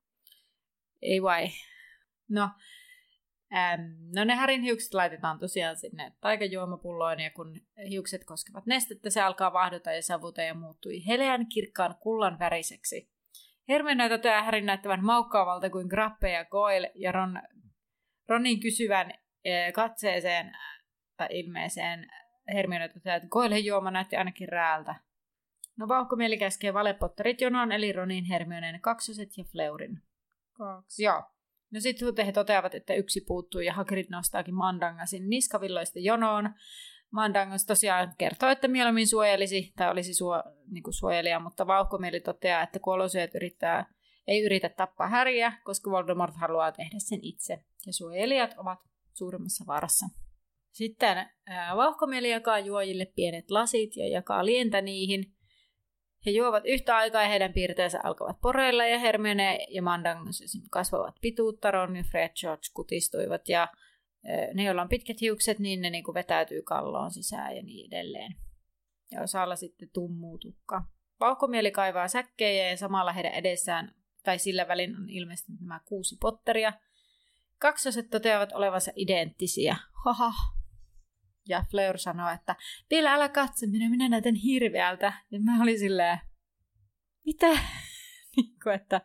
Ei vai. No, äm, no ne Harryn hiukset laitetaan tosiaan sinne taikajuomapulloon, ja kun hiukset koskevat nestettä, se alkaa vahdota ja savuta ja muuttui heleän kirkkaan kullan väriseksi. Hermione toteaa Harryn näyttävän maukkaavalta kuin Grappe ja Goyle, ja Ron, Ronin kysyvän e, katseeseen tai ilmeeseen Hermione toteaa, että Goylen juoma näytti ainakin rääältä. No Vauhkomieli käskee valepotterit jonoon, eli Ronin, Hermioneen, kaksoset ja Fleurin. Kaksi. Joo. No sitten he toteavat, että yksi puuttuu, ja Hagrid nostaakin Mandangasin niskavilloista jonoon. Mandangas tosiaan kertoo, että mieluummin suojelisi, tai olisi suo, niin kuin suojelija, mutta Vauhkomieli toteaa, että kuolosyöt yrittää, ei yritä tappaa Harryä, koska Voldemort haluaa tehdä sen itse, ja suojelijat ovat suuremmassa vaarassa. Sitten ää, vauhkomieli jakaa juojille pienet lasit ja jakaa lientä niihin. He juovat yhtä aikaa ja heidän piirteensä alkavat poreilla ja Hermione ja Mandang kasvavat pituutta. Ron ja Fred George kutistuivat ja ää, ne, joilla on pitkät hiukset, niin ne niin kuin vetäytyy kalloon sisään ja niin edelleen. Ja osalla sitten tummuu tukka. Vauhkomieli kaivaa säkkejä ja samalla heidän edessään, tai sillä välin on ilmestynyt nämä kuusi Potteria. Kaksoset toteavat olevansa identtisiä. Haha. Ja Fleur sanoo, että Bill, älä katso minä, minä näytän hirveältä. Ja mä olin silleen, mitä? niin kuin, että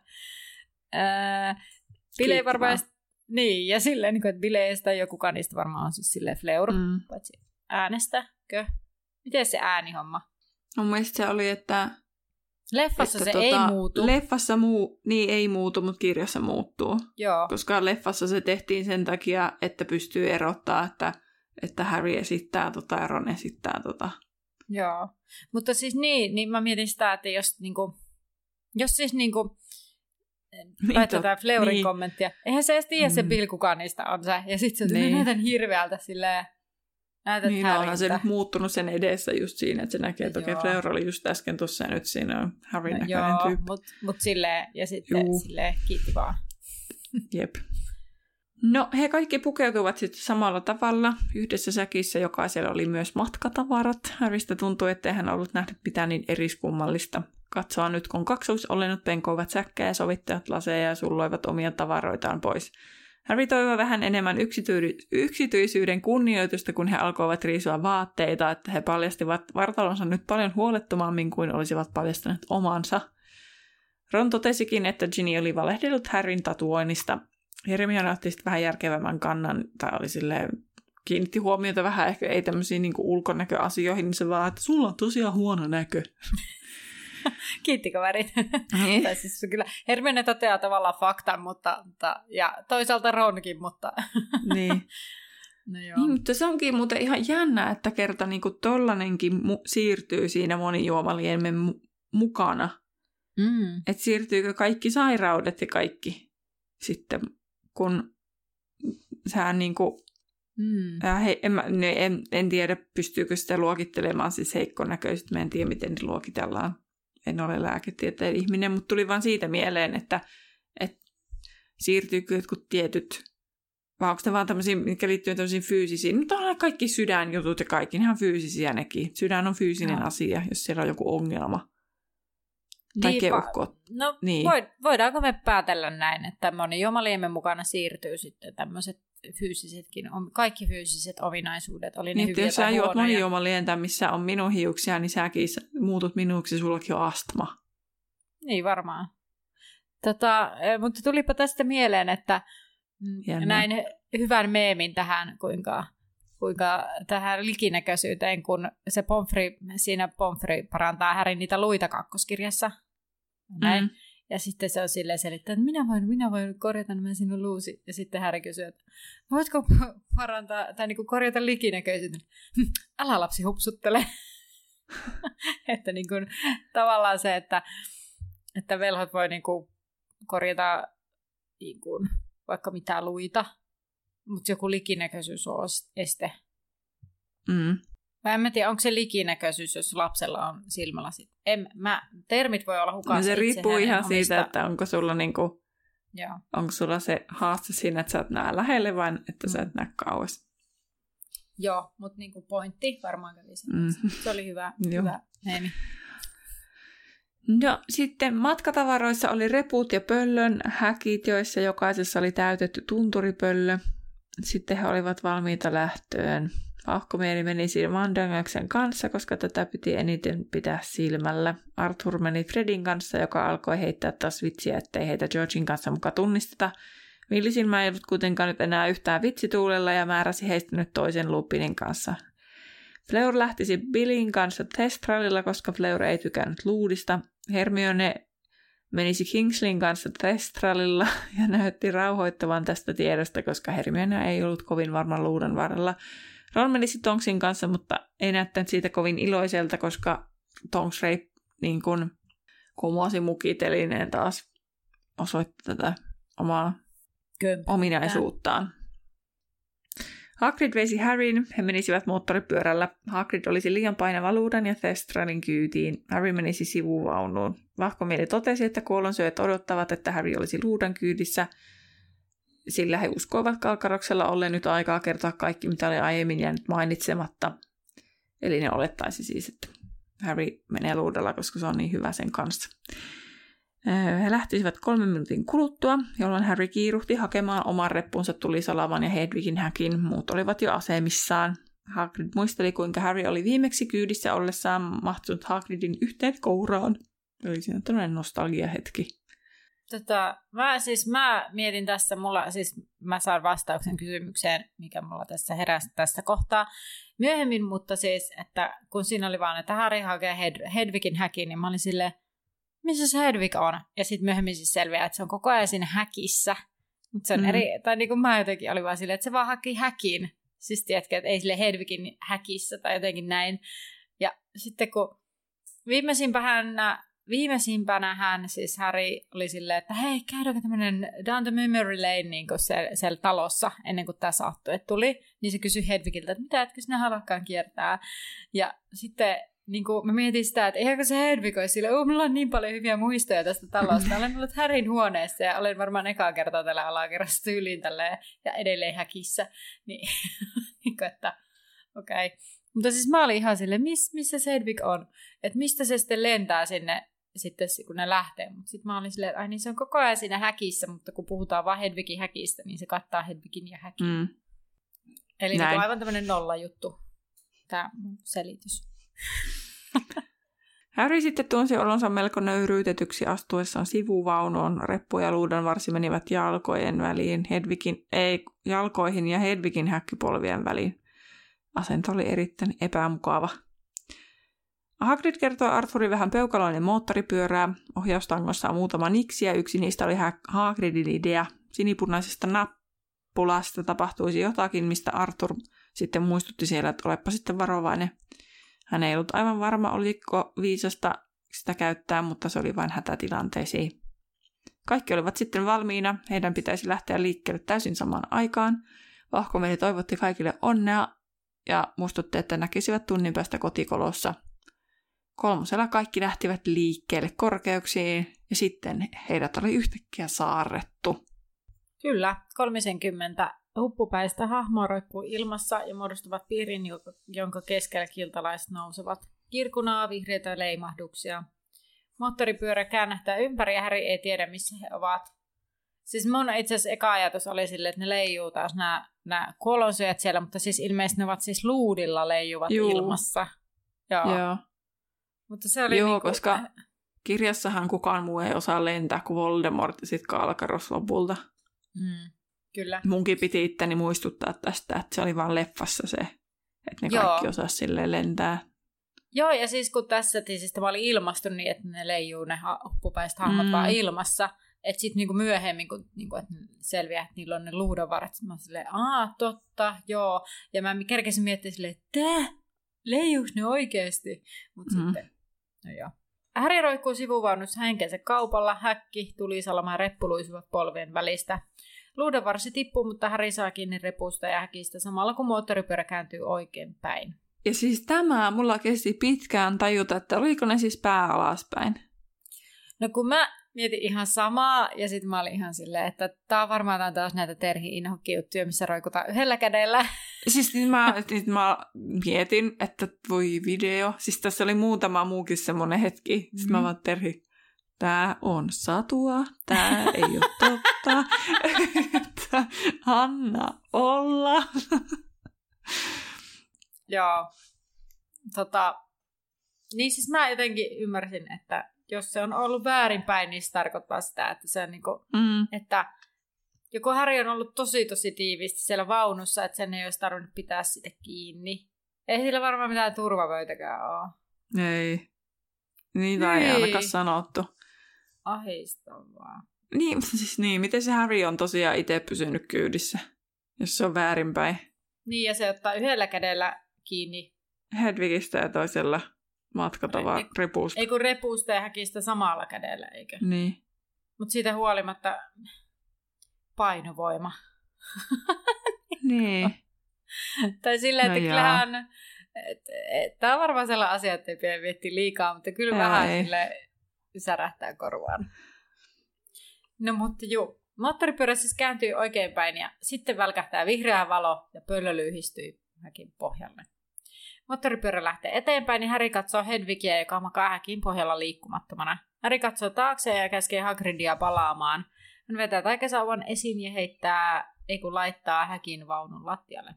ää, Bill ei varmaan, niin, ja silleen, niin kuin, että Bill ei sitä joku kanista varmaan on siis silleen Fleur, mm. paitsi äänestäkö? Miten se äänihomma? Mun mielestä se oli, että leffassa että se tota, ei muutu. Leffassa muu, niin ei muutu, mutta kirjassa muuttuu. Joo. Koska leffassa se tehtiin sen takia, että pystyy erottaa, että, että Harry esittää tota ja Ron esittää tota. Joo. Mutta siis niin, niin mä mietin sitä, että jos, niinku, jos siis niinku, tai tätä Fleurin niin. kommenttia, eihän se edes tiedä mm. se Bill, kuka niistä on se. Ja sit se on, niin. näytän hirveältä silleen. Näytät niin Harryltä. onhan se nyt muuttunut sen edessä just siinä, että se näkee, että okei, okay, Fleur oli just äsken tuossa ja nyt siinä on Harryn no, näköinen joo, tyyppi. Mutta mut silleen, ja sitten Juu. silleen kiitti vaan. Jep. No, he kaikki pukeutuvat sitten samalla tavalla. Yhdessä säkissä jokaisella oli myös matkatavarat. Harrystä tuntui, ettei hän ollut nähnyt mitään niin eriskummallista. Katsoa nyt, kun kaksoisolennot penkoivat säkkejä ja sovittavat laseja ja sulloivat omia tavaroitaan pois. Harry toivoi vähän enemmän yksity- yksityisyyden kunnioitusta, kun he alkoivat riisua vaatteita, että he paljastivat vartalonsa nyt paljon huolettomammin kuin olisivat paljastaneet omansa. Ron totesikin, että Ginny oli valehdellut Harryn tatuoinnista. Hermione otti sitten vähän järkevämmän kannan, tai oli silleen, kiinnitti huomiota vähän ehkä ei tämmöisiin niin kuin ulkonäköasioihin, niin se vaan, että sulla on tosiaan huono näkö. Kiitti kaverit. Niin. Tai siis kyllä Hermione toteaa tavallaan faktan, mutta, mutta ja toisaalta Ronkin, mutta niin. no joo. Niin, mutta se onkin muuten ihan jännä, että kerta niin kuin tollanenkin mu- siirtyy siinä monijuomaliemen mu- mukana. Mm. Että siirtyykö kaikki sairaudet ja kaikki sitten, kun sehän niin kuin Mm. He, en, en, en tiedä, pystyykö sitä luokittelemaan siis heikkonäköiset. Mä en tiedä, miten ne luokitellaan. En ole lääketieteen ihminen, mutta tuli vaan siitä mieleen, että, että siirtyykö jotkut tietyt, vai onko ne vaan tämmöisiä, mitkä liittyy tämmöisiin fyysisiin. Nyt on kaikki sydänjutut ja kaikki, ne on fyysisiä nekin. Sydän on fyysinen no. asia, jos siellä on joku ongelma. Tai niin, keuhkot. No niin. voidaanko me päätellä näin, että monijuomaliemen mukana siirtyy sitten tämmöiset fyysisetkin, kaikki fyysiset ominaisuudet, oli ne niin, hyviä jos tai sä juot huonoja. monijuomalientä, missä on minun hiuksia, niin säkin muutut minuksi, sullakin on astma. Niin varmaan. Tota, mutta tulipa tästä mieleen, että Jännä. näin hyvän meemin tähän, kuinka, kuinka tähän likinäköisyyteen, kun se Pomfrey, siinä Pomfrey parantaa Harryn niitä luita kakkoskirjassa. Näin. Mm. Ja sitten se on silleen selittää, että minä voin, minä voin korjata nämä sinun luusi. Ja sitten Harry kysyy, että voitko parantaa, tai niinku korjata likinäköisyyden? Älä lapsi hupsuttele. että niinku, tavallaan se, että, että velhot voi niinku korjata niinku, vaikka mitään luita, mutta joku likinäköisyys on este. Mm. Mä en tiedä, onko se likinäköisyys, jos lapsella on silmälasit. En, mä, termit voi olla hukassa. No se riippuu ihan omista... siitä, että onko sulla, niinku, Joo. onko sulla se haaste siinä, että sä et näe lähelle vai että mm. sä et näe kauas. Joo, mutta niinku pointti varmaan kävi sen. Mm. Se oli hyvä, hyvä neemi. No sitten matkatavaroissa oli reput ja pöllön häkit, joissa jokaisessa oli täytetty tunturipöllö. Sitten he olivat valmiita lähtöön. Vauhkomieli meni Mandangaksen kanssa, koska tätä piti eniten pitää silmällä. Arthur meni Fredin kanssa, joka alkoi heittää taas vitsiä, ettei heitä Georgin kanssa muka tunnisteta. Villisilmä ei ollut kuitenkaan nyt enää yhtään vitsituulella ja määräsi heistä nyt toisen Lupinin kanssa. Fleur lähtisi Billin kanssa Thestralilla, koska Fleur ei tykännyt luudista. Hermione menisi Kingsleyn kanssa Thestralilla ja näytti rauhoittavan tästä tiedosta, koska Hermione ei ollut kovin varma luudan varrella. Ron menisi Tonksin kanssa, mutta ei näyttänyt siitä kovin iloiselta, koska Tonks Rei niin kuin kumosi mukitelineen taas osoitti tätä omaa Kömpää. ominaisuuttaan. Hagrid veisi Harryn, he menisivät moottoripyörällä. Hagrid olisi liian painava luudan ja Thestralin kyytiin. Harry menisi sivuvaunuun. Vahkomieli totesi, että kuollonsyöjät odottavat, että Harry olisi luudan kyydissä, sillä he uskoivat Kalkaroksella olleen nyt aikaa kertoa kaikki, mitä oli aiemmin jäänyt mainitsematta. Eli ne olettaisi siis, että Harry menee luudalla, koska se on niin hyvä sen kanssa. He lähtisivät kolmen minuutin kuluttua, jolloin Harry kiiruhti hakemaan oman reppunsa Tulisalavan ja Hedwigin häkin. Muut olivat jo asemissaan. Hagrid muisteli, kuinka Harry oli viimeksi kyydissä ollessaan mahtunut Hagridin yhteen kouraan. Oli siinä tämmöinen nostalgiahetki. Tota, mä, siis mä mietin tässä, mulla, siis mä saan vastauksen kysymykseen, mikä mulla tässä heräsi tässä kohtaa myöhemmin, mutta siis, että kun siinä oli vaan, että Harry hakee Hed- Hedwigin häkin, niin mä olin silleen, missä se Hedwig on? Ja sitten myöhemmin siis selviää, että se on koko ajan siinä häkissä. Mutta se on mm. eri, tai niin kuin mä jotenkin olin vaan silleen, että se vaan haki häkin. Siis tiedätkö, että ei sille Hedwigin häkissä tai jotenkin näin. Ja sitten kun viimeisimpänä, viimeisimpänä hän, siis Harry oli silleen, että hei, käydäänkö tämmöinen Down the Memory Lane niin kuin siellä, siellä talossa, ennen kuin tämä saattui tuli. Niin se kysyi Hedwigiltä, että mitä, etkö sinä halukkaan kiertää? Ja sitten niin kuin mä mietin sitä, että eihän se Hedwig olisi sille, oh, mulla on niin paljon hyviä muistoja tästä talosta. Olen ollut Harryn huoneessa ja olen varmaan ekaa kertaa tällä alakerrassa tyyliin tälleen, ja edelleen häkissä. Niin, niin kuin, että okei. Okay. Mutta siis mä olin ihan silleen, miss, missä se Hedwig on? Että mistä se sitten lentää sinne, sitten, kun ne lähtee. Mutta sitten mä olin silleen, että ai niin se on koko ajan siinä häkissä, mutta kun puhutaan vaan Hedwigin häkistä, niin se kattaa Hedwigin ja häkin. Mm. Eli niin aivan tämmöinen nollajuttu, tämä mun selitys. Harry sitten tunsi olonsa melko nöyryytetyksi astuessaan sivuvaunuun. Reppu ja luudan varsi menivät jalkojen väliin, Hedwigin, ei, jalkoihin ja Hedwigin häkkypolvien väliin. Asento oli erittäin epämukava. Hagrid kertoi Arthurin vähän peukaloinen moottoripyörää. Ohjaustangossa on muutama niksi ja yksi niistä oli Hagridin idea. Sinipunaisesta nappulasta tapahtuisi jotakin, mistä Arthur sitten muistutti siellä, että olepa sitten varovainen. Hän ei ollut aivan varma, oliko viisasta sitä käyttää, mutta se oli vain hätätilanteisiin. Kaikki olivat sitten valmiina. Heidän pitäisi lähteä liikkeelle täysin samaan aikaan. Vahkomieli toivotti kaikille onnea ja muistutti, että näkisivät tunnin päästä kotikolossa. Kolmosella kaikki lähtivät liikkeelle korkeuksiin ja sitten heidät oli yhtäkkiä saarrettu. Kyllä, kolmisenkymmentä huppupäistä hahmoa roikkuu ilmassa ja muodostuvat piirin, jonka keskellä kiltalaiset nousevat. Kirkunaa vihreitä leimahduksia. Moottoripyörä käännähtää ympäri ja Harry ei tiedä, missä he ovat. Siis mun itse asiassa eka ajatus oli silleen, että ne leijuu taas nämä, nämä kuolonsyöjät siellä, mutta siis ilmeisesti ne ovat siis luudilla leijuvat Juu. ilmassa. Joo. Joo. Mutta se oli Joo, niinku... koska kirjassahan kukaan muu ei osaa lentää kuin Voldemort ja sitten Kalkaros lopulta. Mm, kyllä. Munkin piti itteni muistuttaa tästä, että se oli vaan leffassa se, että ne Joo. kaikki osasi silleen lentää. Joo, ja siis kun tässä siis tämä oli ilmastu niin, että ne leijuu ne huppupäiset hahmot mm. vaan ilmassa, että sitten niinku myöhemmin, kun niinku, että selviää, että niillä on ne luudanvarret, mä oon silleen, aah, totta, joo. Ja mä kerkesin miettimään silleen, että tää, leijuuks ne oikeesti? Mutta mm. sitten, no joo. Harry roikkuu sivuvaunussa henkensä kaupalla, häkki, Tulisalama ja reppu luisuvat polvien välistä. Luudanvarsi tippuu, mutta Harry saa kiinni repusta ja häkistä samalla kun moottoripyörä kääntyy oikein päin. Ja siis tämä mulla kesti pitkään tajuta, että oliko ne siis pää alaspäin. No kun mä mietin ihan samaa ja sitten mä olin ihan silleen, että tää on varmaan taas näitä terhi-inhokki-juttuja, missä roikutaan yhdellä kädellä. Siis nyt mä, nyt mä mietin, että voi video. Siis tässä oli muutama muukin semmonen hetki. Sitten mm. mä vaan terhi, tää on satua, tää ei ole totta. Että anna olla. Joo. Tota, niin siis mä jotenkin ymmärsin, että jos se on ollut väärinpäin, niin se tarkoittaa sitä, että se on niinku, mm. että joko Harry on ollut tosi tosi tiiviisti siellä vaunussa, että sen ei olisi tarvinnut pitää sitä kiinni. Ei sillä varmaan mitään turvavöitäkään ole. Ei. Niitä ei ainakaan sanottu. Ahistavaa. Niin, siis niin, miten se Harry on tosiaan itse pysynyt kyydissä, jos se on väärinpäin. Niin, ja se ottaa yhdellä kädellä kiinni Hedwigistä ja toisella matkatavaa repusta. Ei kun repusta ja häkistä samalla kädellä, eikö? Niin. Mutta siitä huolimatta painovoima. Niin. Tai silleen, No että joo. kyllähän, tämä on varmaan sellainen asia, että ei pidä miettiä liikaa, mutta kyllä Joo, vähän ei. sille särähtää korvaan. No mutta juu, moottoripyörä siis kääntyy oikeinpäin ja sitten välkähtää vihreä valo ja pöllö lyhistyy häkin pohjalle. Moottoripyörä lähtee eteenpäin ja Harry katsoo Hedvigia, joka makaa häkin pohjalla liikkumattomana. Harry katsoo taakseen ja käskee Hagridia palaamaan. Hän vetää taikasauvan esiin ja heittää, ei kun laittaa häkin vaunun lattialle.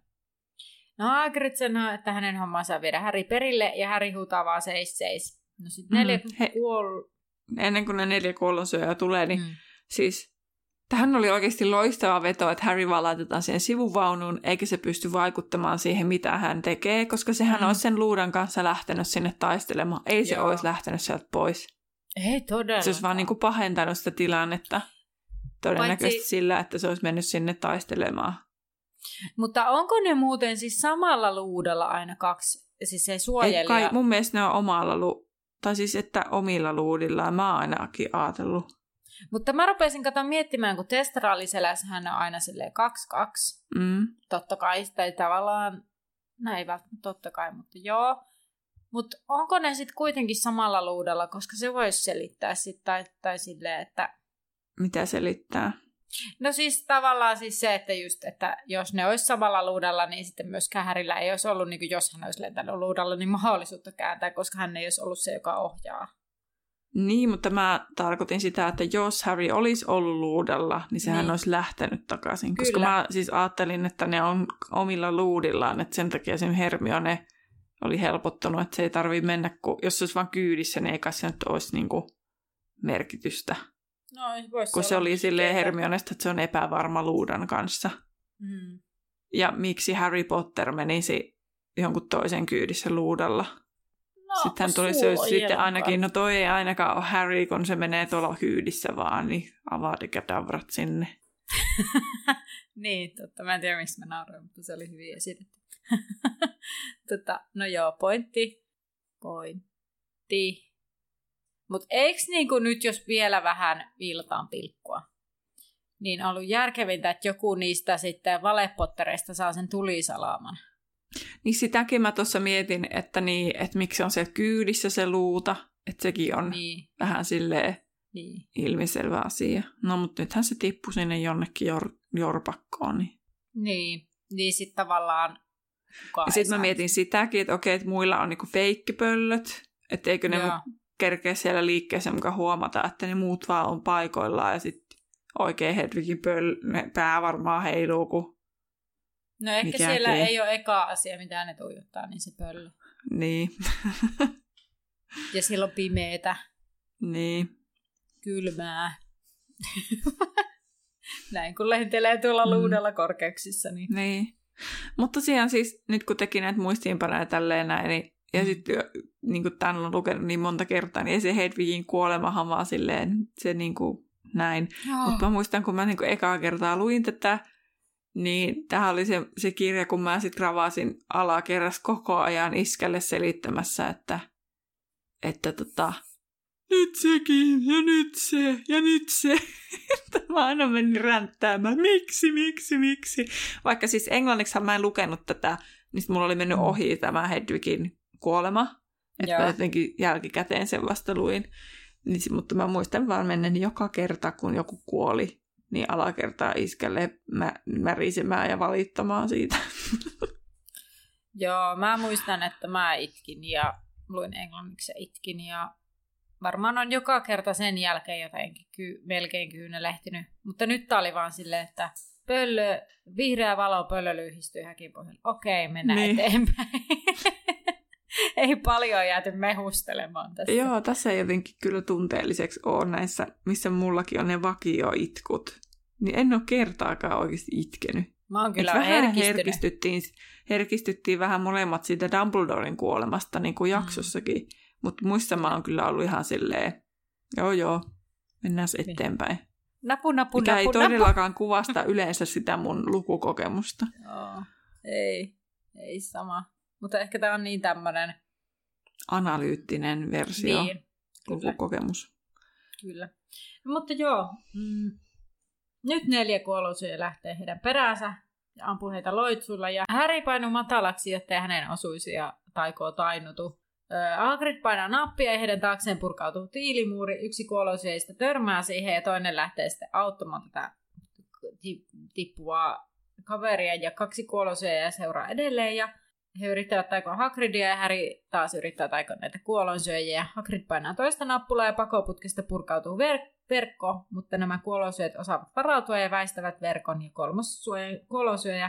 No Hagrid sanoo, että hänen hommansa viedä Harry perille ja Harry huutaa vaan seis seis. No sit neljä Mm, he- kuol... Ennen kuin ne neljä kuollonsyöjää tulee, niin Mm. siis tähän oli oikeasti loistava veto, että Harry vaan laitetaan siihen sivuvaunuun, eikä se pysty vaikuttamaan siihen, mitä hän tekee, koska sehän Mm. olisi sen luudan kanssa lähtenyt sinne taistelemaan. Ei se Joo. olisi lähtenyt sieltä pois. Ei todella. Se olisi vaan niin kuin pahentanut sitä tilannetta. Todennäköisesti Paitsi- sillä, että se olisi mennyt sinne taistelemaan. Mutta onko ne muuten siis samalla luudalla aina kaksi, siis se Ei suojelija? kai, mun mielestä ne on omalla lu... Tai siis, että omilla luudillaan. Mä oon ainakin ajatellut. Mutta mä rupesin kato miettimään, kun testraaliselässähän on aina silleen kaksi kaksi. Mm. Totta kai, tai tavallaan, no ei välttämättä totta kai, mutta joo. Mutta onko ne sitten kuitenkin samalla luudalla, koska se voisi selittää sitten, tai, tai silleen, että... Mitä selittää? No siis tavallaan siis se, että just, että jos ne olisi samalla luudalla, niin sitten myöskään Harryllä ei olisi ollut, niin kuin jos hän olisi lentänyt luudalla, niin mahdollisuutta kääntää, koska hän ei olisi ollut se, joka ohjaa. Niin, mutta mä tarkoitin sitä, että jos Harry olisi ollut luudalla, niin sehän Niin. olisi lähtenyt takaisin. Koska Kyllä. mä siis ajattelin, että ne on omilla luudillaan, että sen takia sen Hermione oli helpottunut, että se ei tarvitse mennä, kun jos se olisi vaan kyydissä, niin ei kai se nyt olisi niinku merkitystä. No, voisi Kun se oli silleen Hermionesta, että se on epävarma luudan kanssa. Mm. Ja miksi Harry Potter menisi jonkun toisen kyydissä luudalla? No, Sitten hän tuli se sitten ainakin, no toi ei ainakaan ole Harry, kun se menee tuolla kyydissä vaan, niin avadikadavrat sinne. Niin, totta. Mä en tiedä, mistä mä nauroin, mutta se oli hyvin esitetty. tota, no joo, pointti. Pointti. Mutta eikö niinku nyt, jos vielä vähän viilataan pilkkua, niin on ollut järkevintä, että joku niistä sitten valepottereista saa sen tulisalaaman. Niin sitäkin mä tuossa mietin, että, niin, että miksi on se kyydissä se luuta, että sekin on Niin, vähän silleen niin. ilmiselvä asia. No mutta nythän se tippui sinne jonnekin jor- jorpakkoon. Niin. Niin, niin sitten tavallaan kukaan ei Sitten mä saa. mietin sitäkin, että okei, että muilla on niinku feikkipöllöt, että eikö ne Joo. kerkeä siellä liikkeessä mukaan huomata, että ne muut vaan on paikoillaan ja sitten oikein Hedwigin pöl- pää varmaan heiluu, kun No ehkä mikä siellä kee. ei ole eka asia, mitä ne tuijottaa, niin se pöllö. niin, Ja silloin pimeetä, niin. kylmää. Näin kun lentelee tuolla Mm. luudella korkeuksissa, niin... Niin. Mutta tosiaan siis, nyt kun teki näitä muistiinpanoja tälleen näin, niin, ja Mm. sitten niin kuin tämän on lukenut niin monta kertaa, niin ei se Hedwigin kuolemahan vaan silleen, se niin kuin näin. Oh. Mutta mä muistan, kun mä niin kuin ekaa kertaa luin tätä, niin tämähän oli se, se kirja, kun mä sitten gravasin alakerras koko ajan iskälle selittämässä, että, että tota, nyt sekin, ja nyt se, ja nyt se. Mä aina menin ränttäämään, miksi, miksi, miksi. Vaikka siis englanniksi mä en lukenut tätä, niin sit mulla oli mennyt ohi tämä Hedwigin kuolema. Että mä jotenkin jälkikäteen sen vasta luin. Niin, mutta mä muistan vaan mennä joka kerta, kun joku kuoli, niin alakertaa iskälle mä, märisemään ja valittamaan siitä. Joo, mä muistan, että mä itkin ja luin englanniksi ja itkin ja varmaan on joka kerta sen jälkeen jotenkin ky- melkein kyynelehtinyt. Mutta nyt tää oli vaan silleen, että pöllö, vihreä valo, pöllö lyhistyy häkin pohjalle. Okei, mennään Niin. eteenpäin. Ei paljon jääty mehustelemaan tästä. Joo, tässä ei jotenkin kyllä tunteelliseksi ole näissä, missä mullakin on ne vakio-itkut. Niin en ole kertaakaan oikeasti itkenyt. Mä oon kyllä Et vähän herkistynyt. herkistyttiin, herkistyttiin vähän molemmat siitä Dumbledoren kuolemasta niin kuin jaksossakin. Mm. Mutta muissa mä oon kyllä ollut ihan silleen, joo joo, mennään eteenpäin. Napu, napu, Mikä napu, ei napu. todellakaan kuvasta yleensä sitä mun lukukokemusta. Joo, ei, ei sama. Mutta ehkä tää on niin tämmönen... Analyyttinen versio, Niin, kyllä. lukukokemus. Kyllä. No, mutta joo, mm, nyt neljä kuolonsyöjä lähtee heidän peräänsä. ja ampuu heitä loitsulla. Ja Harry painuu matalaksi, jottei hänen osuisi ja taikoo tainutu. Hagrid painaa nappia ja heidän taakseen purkautuu tiilimuuri. Yksi kuolosyöjistä törmää siihen ja toinen lähtee sitten auttamaan tätä tippuvaa kaveria. Ja kaksi kuolosyöjää seuraa edelleen ja he yrittävät taikoa Hagridia ja Harry taas yrittää taikoa näitä kuolonsyöjiä. Hagrid painaa toista nappulaa ja pakoputkesta purkautuu ver- verkko, mutta nämä kuolonsyöjät osaavat varautua ja väistävät verkon ja kolmas kuolonsyöjä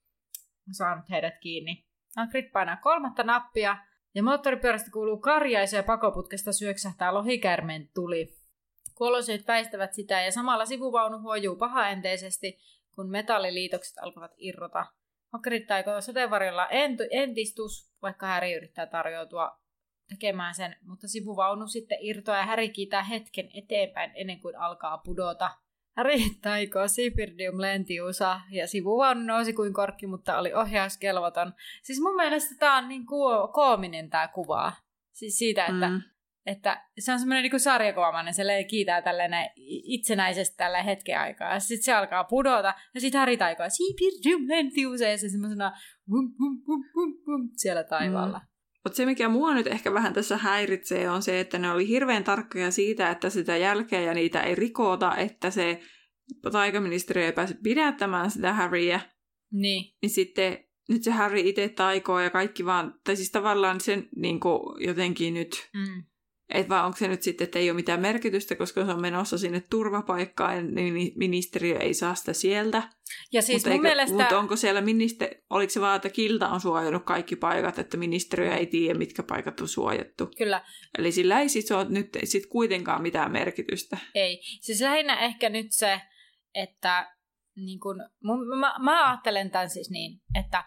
on saanut heidät kiinni. Hagrid painaa kolmatta nappia ja moottoripyörästä kuuluu karjaisu ja pakoputkesta syöksähtää lohikäärmeen tuli. Kuolonsyöjät väistävät sitä ja samalla sivuvaunu huojuu pahaenteisesti, kun metalliliitokset alkavat irrota. Hagrid taikoo sateenvarjolla ent- entistus, vaikka Harry yrittää tarjoutua tekemään sen, mutta sivuvaunu sitten irtoaa ja Harry kiitää hetken eteenpäin ennen kuin alkaa pudota. Harry taikoo Sibirdium Lentiusa ja sivuvaunu nousi kuin korkki, mutta oli ohjauskelvoton. Siis mun mielestä tää on niin ko- koominen tää kuva. Siis siitä, että, mm. että se on semmoinen niin sarjakuvamainen, se kiitää tällainen itsenäisesti tällä hetken aikaa. Ja sitten se alkaa pudota ja sitten Harry taikoo Sibirdium Lentiusa ja se semmoisena vum, vum, vum, vum, vum, siellä taivaalla. Mm. Mutta se, mikä mua nyt ehkä vähän tässä häiritsee, on se, että ne oli hirveän tarkkoja siitä, että sitä jälkeä ja niitä ei rikota, että se taikaministeriö ei pääse pidättämään sitä Harryä. Niin. Niin sitten nyt se Harry itse taikoo ja kaikki vaan, tai siis tavallaan sen niin kuin jotenkin nyt, mm. että vaan onko se nyt sitten, että ei ole mitään merkitystä, koska se on menossa sinne turvapaikkaan, niin ministeriö ei saa sitä sieltä. Ja siis mutta, mun eikö, mielestä... mutta onko siellä, ministeri... oliko se vaan, että Kilta on suojannut kaikki paikat, että ministeriö ei tiedä, mitkä paikat on suojattu? Kyllä. Eli sillä ei siis ole nyt sit kuitenkaan mitään merkitystä. Ei. Siis lähinnä ehkä nyt se, että niin kun, mä, mä ajattelen tämän siis niin, että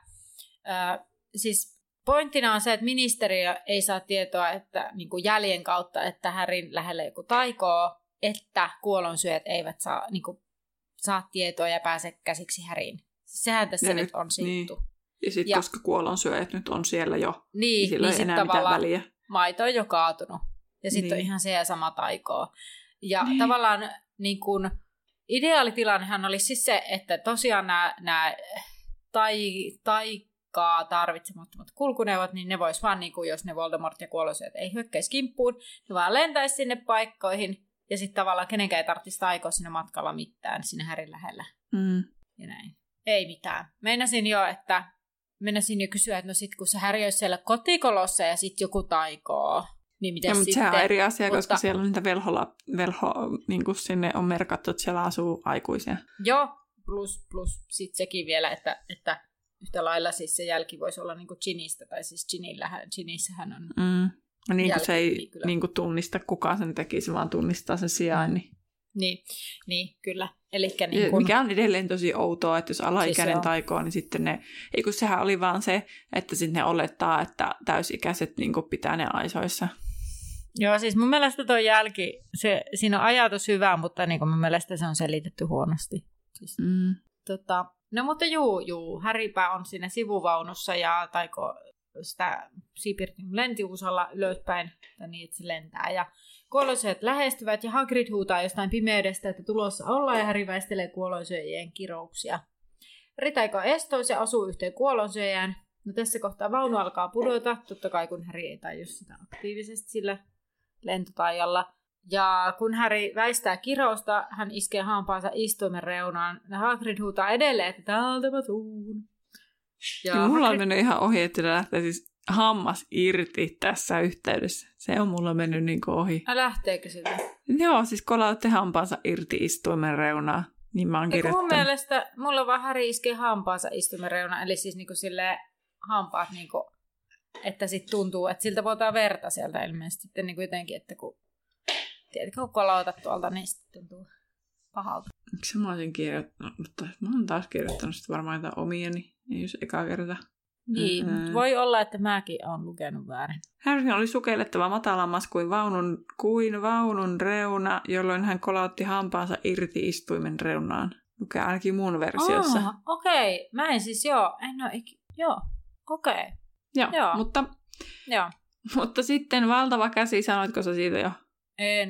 äh, siis pointtina on se, että ministeriö ei saa tietoa että, niin kuin jäljen kautta, että Harryn lähellä joku taikoo, että kuolonsyöjät eivät saa, niin kuin, saa tietoa ja pääse käsiksi Harryin. Siis sehän tässä ja nyt on sittu. Niin. Ja sitten koska kuolonsyöjät nyt on siellä jo, niin, niin sillä niin ei enää mitään väliä. Maito on jo kaatunut. Ja sitten niin. on ihan se ja sama taikoo. Ja niin. tavallaan niin kun, ideaalitilannehan olisi siis se, että tosiaan nämä, nämä tai, taikaa tarvitsemattomat kulkuneuvot, niin ne vois vaan, niin kuin, jos ne Voldemort ja kuolonsyöjät ei hyökkäisi kimppuun, ne vaan lentäisi sinne paikkoihin, ja sitten tavallaan kenenkään ei tarvitsisi taikoa siinä matkalla mitään, sinne Harryn lähellä. Mm. Ja näin. Ei mitään. Meinasin jo, että meinasin jo kysyä, että no sit kun se Harry olisi siellä kotikolossa ja sit joku taikoo, niin miten sitten? Sehän on eri asia, mutta... koska siellä on niitä velhola, velho, niin kuin sinne on merkattu, että siellä asuu aikuisia. Joo, plus, plus sitten sekin vielä, että, että yhtä lailla siis se jälki voisi olla niin kuin Ginistä, tai siis Ginillähän, Ginissähän on mm. no niin kuin se ei niin niin kuin tunnista, kuka sen tekisi, vaan tunnistaa sen sijainnin. Niin, niin kyllä. Elikkä niin kun... Mikä on edelleen tosi outoa, että jos alaikäinen siis taikoo, niin sitten ne, ei kun sehän oli vaan se, että sitten ne olettaa, että täysikäiset niin kuin pitää ne aisoissa. Joo, siis mun mielestä tuo jälki, se, siinä on ajatus hyvä, mutta niin kuin mun mielestä se on selitetty huonosti. Siis, mm. tota, no mutta juu, juu, Harrypä on siinä sivuvaunussa ja taiko sitä Sibirdium Lentiusalla ylöspäin, niin että se lentää. Ja kuolonsyöjät lähestyvät ja Hagrid huutaa jostain pimeydestä, että tulossa ollaan ja Harry väistelee kuolonsyöjien kirouksia. Harry taikoo estoos ja asuu yhteen kuolonsyöjään. No tässä kohtaa vaunu alkaa pudota, totta kai kun Harry ei taju sitä aktiivisesti sillä lentotaijalla. Ja kun Harry väistää kirousta, hän iskee hampaansa istuimen reunaan. Ja Hagrid huutaa edelleen, että täältä mä tuun. Ja ja mulla Hagrid... on mennyt ihan ohi, että se lähtee siis hammas irti tässä yhteydessä. Se on mulla mennyt niin kuin ohi. Ja lähteekö sitä? Joo, siis kolautte hampaansa irti istuimen reunaan. Niin mä oon kirjoittanut. Mun mielestä mulla vaan Harry iskee hampaansa istuimen reunaan. Eli siis niin kuin silleen hampaat, niin kuin, että sit tuntuu, että siltä voidaan verta sieltä ilmeisesti. Sitten niin kuin jotenkin, että kun, tiedätkö, kun kolautat tuolta, niin sitten tuntuu pahalta. Miksi mä olisin kirjoittanut? Mä oon taas kirjoittanut sitten varmaan jotain omiani, ei jos eka kerta. Niin, mm-hmm. Voi olla, että mäkin olen lukenut väärin. Harry oli sukellettava matalammas kuin vaunun, kuin vaunun reuna, jolloin hän kolautti hampaansa irti istuimen reunaan. Lukee ainakin mun versiossa. Oh, okei. Okay. Mä en siis, joo. En ole ik... Joo, okei. Okay. Joo, joo, mutta... Joo. Mutta sitten valtava käsi, sanoitko sä siitä jo? En.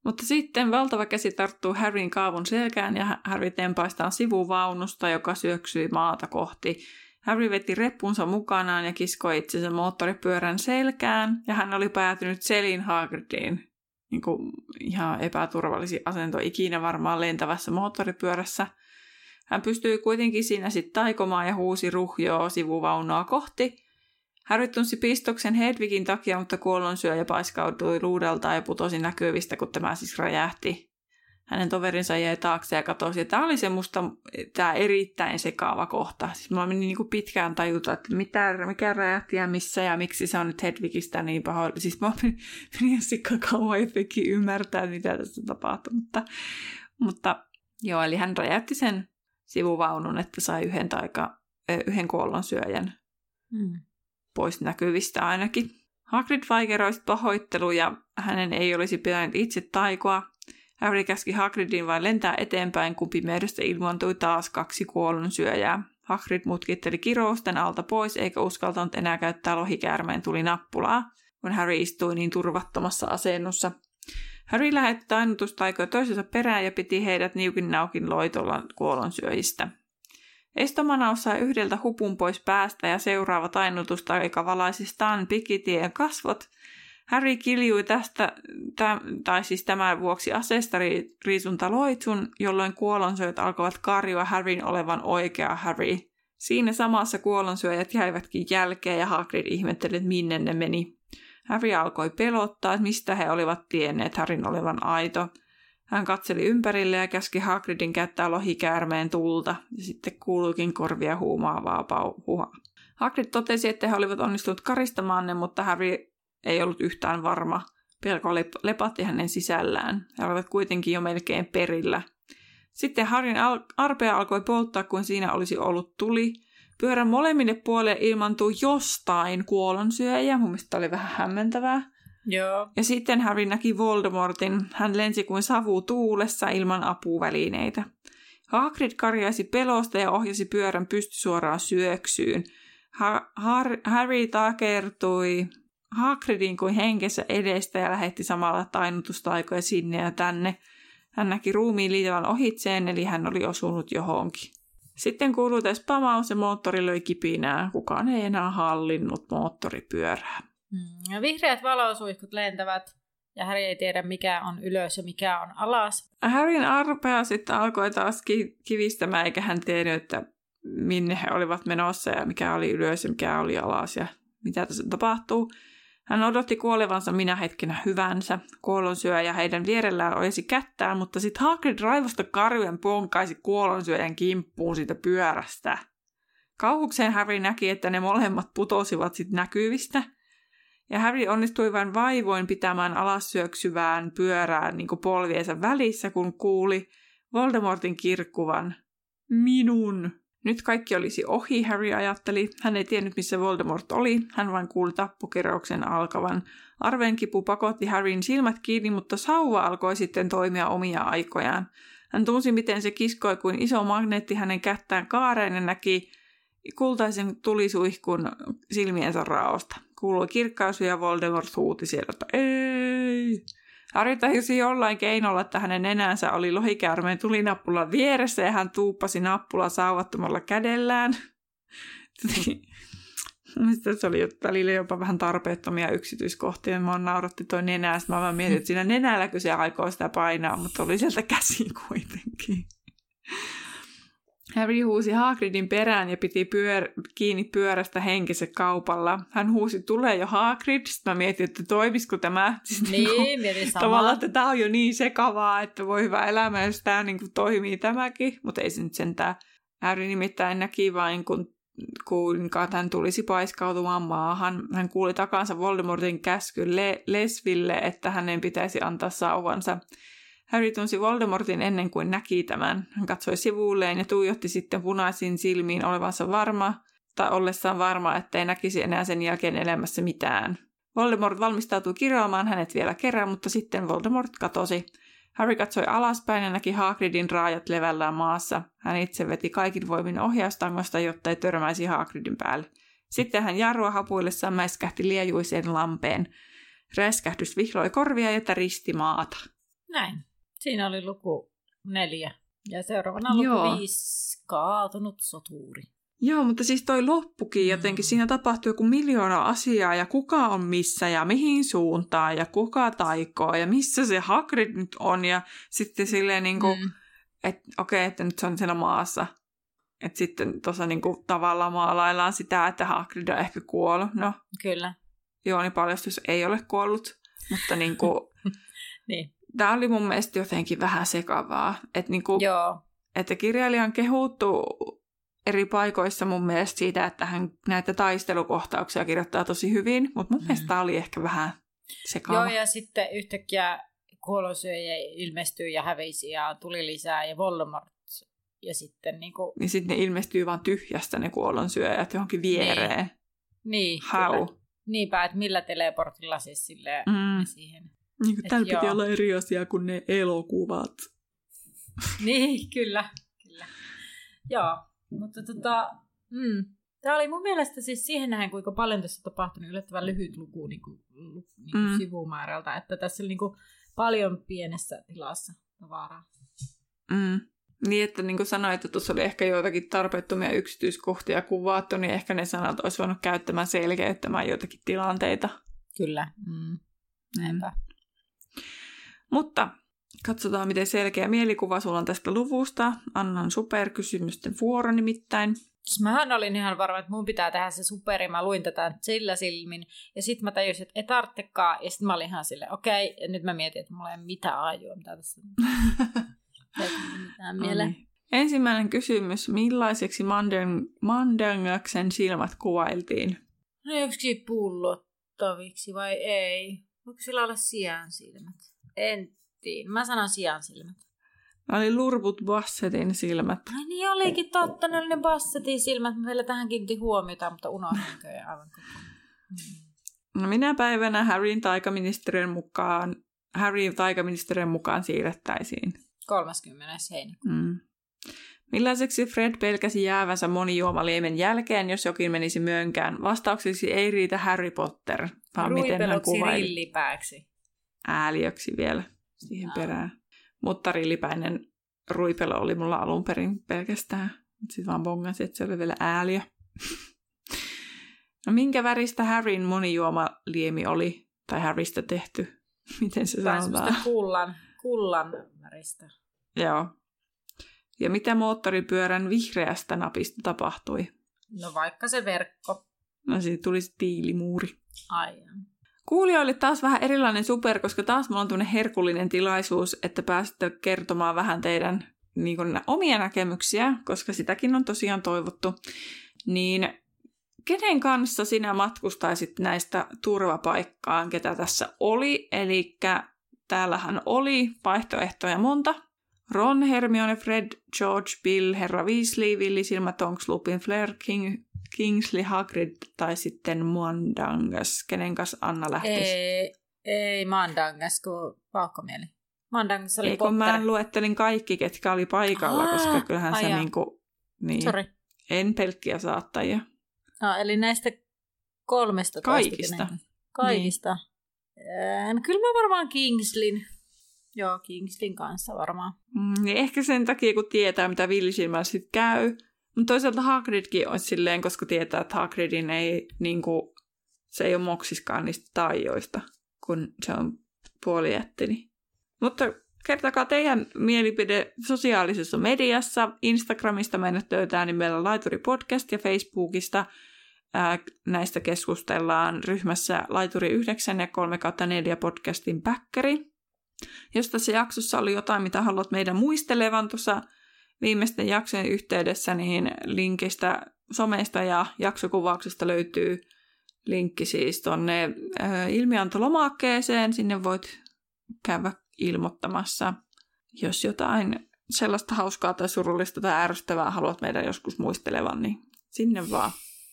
Mutta sitten valtava käsi tarttuu Harryn kaavun selkään ja Harry tempaistaan sivuvaunusta, joka syöksyi maata kohti. Harry veti reppunsa mukanaan ja kiskoi itsensä moottoripyörän selkään ja hän oli päätynyt selin Hagridiin. Niin kuin ihan epäturvallisin asento ikinä varmaan lentävässä moottoripyörässä. Hän pystyi kuitenkin siinä sitten taikomaan ja huusi ruhjoa sivuvaunua kohti. Harry tunsi pistoksen Hedwigin takia, mutta kuollonsyöjä paiskautui luudelta ja putosi näkyvistä, kun tämä siis räjähti. Hänen toverinsa jäi taakse ja katosi. Ja tämä oli se musta tämä erittäin sekaava kohta. Siis mulla meni niin kuin pitkään tajuta, että mitä, mikä räjähti ja missä ja miksi se on nyt Hedwigistä niin pahoilla. Siis mä menin sikka kauan jotenkin ymmärtää, mitä tässä tapahtui. Mutta, mutta joo, eli hän räjähti sen sivuvaunun, että sai yhden, taika, yhden kuollonsyöjän hmm. pois näkyvistä ainakin. Hagrid vaikeroi pahoittelua ja hänen ei olisi pitänyt itse taikoa. Harry käski Hagridin vain lentää eteenpäin, kun pimeydestä ilmaantui taas kaksi kuollonsyöjää. Hagrid mutkitteli kirousten alta pois, eikä uskaltanut enää käyttää lohikäärmeen tuli nappulaa, kun Harry istui niin turvattomassa asennossa. Harry lähetti tainnutustaikoja toisensa perään ja piti heidät niukin naukin loitolla kuollonsyöjistä. Estomanaus sai yhdeltä hupun pois päästä ja seuraava tainnutustaika valaisi Stan Pikitien kasvot. Harry kiljui tästä, täm, tai siis tämän vuoksi aseesta riisunta loitsun, jolloin kuollonsyöjät alkoivat karjua Harryn olevan oikea Harry. Siinä samassa kuollonsyöjät jäivätkin jälkeen ja Hagrid ihmetteli, että minne ne meni. Harry alkoi pelottaa, että mistä he olivat tienneet Harryn olevan aito. Hän katseli ympärille ja käski Hagridin käyttää lohikäärmeen tulta, ja sitten kuuluikin korvia huumaavaa pauhua. Hagrid totesi, että he olivat onnistuneet karistamaan ne, mutta Harry ei ollut yhtään varma. Pelko lepatti hänen sisällään. He olivat kuitenkin jo melkein perillä. Sitten Harryn al- arpea alkoi polttaa, kun siinä olisi ollut tuli. Pyörän molemmille puolelle ilmantui jostain kuollonsyöjä. Mun mielestä oli vähän hämmentävää. Joo. Ja sitten Harry näki Voldemortin. Hän lensi kuin savu tuulessa ilman apuvälineitä. Hagrid karjaisi pelosta ja ohjasi pyörän pystysuoraan syöksyyn. Ha- Har- Harry takertui Hagridin kuin henkensä edestä ja lähetti samalla tainnutustaikoja sinne ja tänne. Hän näki ruumiin liitävän ohitseen, eli hän oli osunut johonkin. Sitten kuului täs pamaus ja moottori löi kipinää. Kukaan ei enää hallinnut moottoripyörää. Hmm. Ja vihreät valosuihkut lentävät ja Harry ei tiedä mikä on ylös ja mikä on alas. Harryn arpea sitten alkoi taas ki- kivistämään, eikä hän tiennyt, että minne he olivat menossa ja mikä oli ylös ja mikä oli alas ja mitä tässä tapahtuu. Hän odotti kuolevansa minä hetkenä hyvänsä. Kuollonsyöjä heidän vierellään olisi kättään, mutta sitten Hagrid raivosta karjujen ponkaisi kuollonsyöjän kimppuun siitä pyörästä. Kauhukseen Harry näki, että ne molemmat putosivat sitten näkyvistä. Ja Harry onnistui vain vaivoin pitämään alas syöksyvään pyörään niin kuin polviensa välissä, kun kuuli Voldemortin kirkkuvan. Minun! Nyt kaikki olisi ohi, Harry ajatteli. Hän ei tiennyt, missä Voldemort oli. Hän vain kuuli tappokerouksen alkavan. Arveenkipu pakotti Harryn silmät kiinni, mutta sauva alkoi sitten toimia omia aikojaan. Hän tunsi, miten se kiskoi kuin iso magneetti hänen kättään kaareen ja näki kultaisen tulisuihkun silmiensä raosta. Kuului kirkkaisu ja Voldemort huuti sieltä, että ei! Harry tajusi jollain keinolla, että hänen nenänsä oli lohikäärmeen tulinappulan vieressä ja hän tuuppasi nappulaa sauvattomalla kädellään. Mielestäni se oli välillä jopa vähän tarpeettomia yksityiskohtia. Mä nauratti toi nenää, mä vaan mietin, että siinä nenälläkö se aikoo sitä painaa, mutta oli sieltä käsiin kuitenkin. Harry huusi Hagridin perään ja piti pyör- kiinni pyörästä henkensä kaupalla. Hän huusi, tulee jo Hagrid. Sitten mä mietin, että toimisiko tämä. Siis niin, mietin samaa. Tavallaan, että tämä on jo niin sekavaa, että voi hyvä elämä, jos tämä niin kuin toimii tämäkin. Mutta ei se nyt sentään. Harry nimittäin näki vain, kun, kuinka hän tulisi paiskautumaan maahan. Hän kuuli takansa Voldemortin käskyn Le- Lesville, että hänen pitäisi antaa sauvansa. Harry tunsi Voldemortin ennen kuin näki tämän. Hän katsoi sivuilleen ja tuijotti sitten punaisin silmiin olevansa varma, tai ollessaan varma, ettei näkisi enää sen jälkeen elämässä mitään. Voldemort valmistautui kirjaamaan hänet vielä kerran, mutta sitten Voldemort katosi. Harry katsoi alaspäin ja näki Hagridin raajat levällään maassa. Hän itse veti kaikin voimin ohjaustangosta, jotta ei törmäisi Hagridin päälle. Sitten hän jarrua hapuillessaan mäiskähti liejuiseen lampeen. Räiskähdys vihloi korvia ja täristi maata. Näin. Siinä oli luku neljä. Ja seuraavana luku Joo. viisi. Kaatunut sotuuri. Joo, mutta siis toi loppukin jotenkin, Mm. siinä tapahtuu joku miljoona asiaa ja kuka on missä ja mihin suuntaan ja kuka taikoo ja missä se Hagrid nyt on ja sitten silleen niinku, Mm. että okei, okay, että nyt se on siellä maassa. Että sitten tuossa niinku tavallaan maalaillaan sitä, että Hagrid on ehkä kuollut. No, Kyllä. Jooni paljastus ei ole kuollut, mutta niinku, Niin. tämä oli mun mielestä jotenkin vähän sekavaa. Että niinku, Joo. että kirjailija on kehuttu eri paikoissa mun mielestä siitä, että hän näitä taistelukohtauksia kirjoittaa tosi hyvin, mutta mun mm. mielestä tämä oli ehkä vähän sekava. Joo, ja sitten yhtäkkiä kuolonsyöjä ilmestyi ja hävisi ja tuli lisää ja Voldemort. Ja sitten niinku... Niin sitten ne ilmestyy vaan tyhjästä ne kuolonsyöjät johonkin viereen. Niin, How? kyllä. Niinpä, että millä teleportilla siis silleen Mm. siihen. Niin kuin täällä piti joo. olla eri asia kuin ne elokuvat. Niin, kyllä. kyllä. Joo, mutta tota... Mm. Tämä oli mun mielestä siis siihen nähden, kuinka paljon tässä tapahtui, niin yllättävän lyhyt luku niin kuin, niin kuin Mm. sivumäärältä, että tässä oli niin kuin paljon pienessä tilassa tavaraa. Mm. Niin, että niin kuin sanoin, että tuossa oli ehkä joitakin tarpeettomia yksityiskohtia kuvattu, niin ehkä ne sanat olisi voinut käyttämään selkeyttämään joitakin tilanteita. Kyllä. Mm. Näinpä. Mutta katsotaan, miten selkeä mielikuva sulla on tästä luvusta. Annan superkysymysten vuoro nimittäin. Mähän olin ihan varma, että mun pitää tehdä se superi. Mä luin tätä sillä silmin. Ja sitten mä tajusin, että ei tarvitsekaan. Ja sitten mä olin ihan silleen, okei. Okay. Ja nyt mä mietin, että mulla ei ole mitään ajua. Mitä tässä ei mitään mieleen. No niin. Ensimmäinen kysymys. Millaiseksi Mandang- Mandangaksen silmät kuvailtiin? No joksikin pullottaviksi vai ei? Voiko sillä olla sian silmät? En tiedä. Mä sanon sian silmät. Nämä oli Lurbut Bassetin silmät. Ai niin olikin totta, ne oli ne Bassetin silmät. Mä vielä tähän kiinnitin huomiota, mutta unohdinko jo aivan kokonaan. Hmm. No minä päivänä Harryn taikaministeriön mukaan, Harryn taikaministeriön mukaan siirrettäisiin? kolmaskymmenes heinäkuuta. Mm. Millaiseksi Fred pelkäsi jäävänsä monijuomaliemen jälkeen, jos jokin menisi mönkään? Vastaukseksi ei riitä Harry Potter, vaan miten hän Ruipeluksi kuvaili. rillipääksi. Ääliöksi vielä siihen Jaa. perään. Mutta rillipäinen ruipelo oli mulla alun perin pelkästään. Sitten vaan bongasin, että se oli vielä ääliö. No minkä väristä Harryn monijuomaliemi oli? Tai Harrystä tehty? Miten se Tai sanotaan? semmoista kullan, kullan väristä. Joo. Ja mitä moottoripyörän vihreästä napista tapahtui? No vaikka se verkko. No siitä tuli se tiilimuuri. Aivan. Kuulijoille taas vähän erilainen super, koska taas mulla on tämmöinen herkullinen tilaisuus, että pääsette kertomaan vähän teidän niin kuin, omia näkemyksiä, koska sitäkin on tosiaan toivottu. Niin kenen kanssa sinä matkustaisit näistä turvapaikkaan, ketä tässä oli? Eli täällähän oli vaihtoehtoja monta. Ron, Hermione, Fred, George, Bill, Herra Weasley, Villisilmä, Tonks, Lupin, Flair, King, Kingsley, Hagrid tai sitten Mandangas. Kenen kanssa Anna lähtisi? Ei, ei Mandangas, kun vauhkomieli. Mandangas oli Ei, kun Potter. mä luettelin kaikki, ketkä oli paikalla, Ah, koska kyllähän ai se jaa. niinku, niin, Sori. en pelkkiä saattajia. No, eli näistä kolmesta Kaikista. toista, Kaikista. Niin. Kyllä mä varmaan Kingsleyn. Joo, Kingsleyn kanssa varmaan. Mm, niin ehkä sen takia, kun tietää, mitä Villisilmällä sitten käy. Mutta toisaalta Hagridkin olisi silleen, koska tietää, että Hagridin ei, niinku, se ei ole moksiskaan niistä taijoista, kun se on puolijättini. Mutta kertokaa teidän mielipide sosiaalisessa mediassa. Instagramista meidät löytää nimellä Laituri Podcast ja Facebookista ää, näistä keskustellaan ryhmässä Laituri yhdeksän ja kolme kautta neljä podcastin päkkäri. Jos tässä jaksossa oli jotain, mitä haluat meidän muistelevan tuossa viimeisten jaksojen yhteydessä, niin linkistä somesta ja jaksokuvauksesta löytyy linkki siis tuonne äh, ilmiantolomakkeeseen. Sinne voit käydä ilmoittamassa, jos jotain sellaista hauskaa tai surullista tai ärsyttävää haluat meidän joskus muistelevan, niin sinne vaan.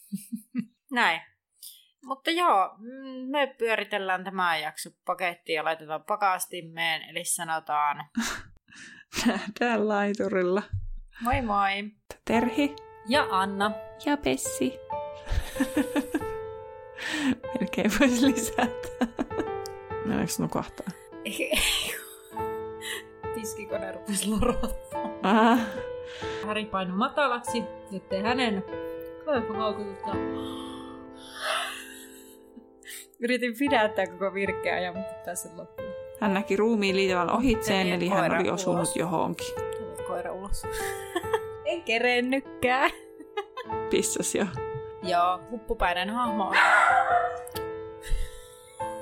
Näin. Mutta joo, me pyöritellään tämä jakso pakettiin ja laitetaan pakastimeen, eli sanotaan Nähdään laiturilla. moi moi! Terhi Ja Anna. ja Pessi. Melkein voisi lisätä. Meneekö nukahtaa? tiskikone rupesi lorottaa. Ah. Harry painui matalaksi, jottei hänen koepahaukututtaa. Yritin pidättää koko virkeä ja mutta pääsin loppuun. Hän näki ruumiin liitävän ohitseen, eli hän oli osunut ulos. Johonkin. Koira ulos. En kerennytkään. Pissas jo. Joo, huppupäinen hahmo.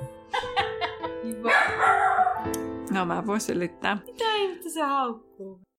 Hyvä. No mä voin selittää. Mitä ihmettä se haukkuu?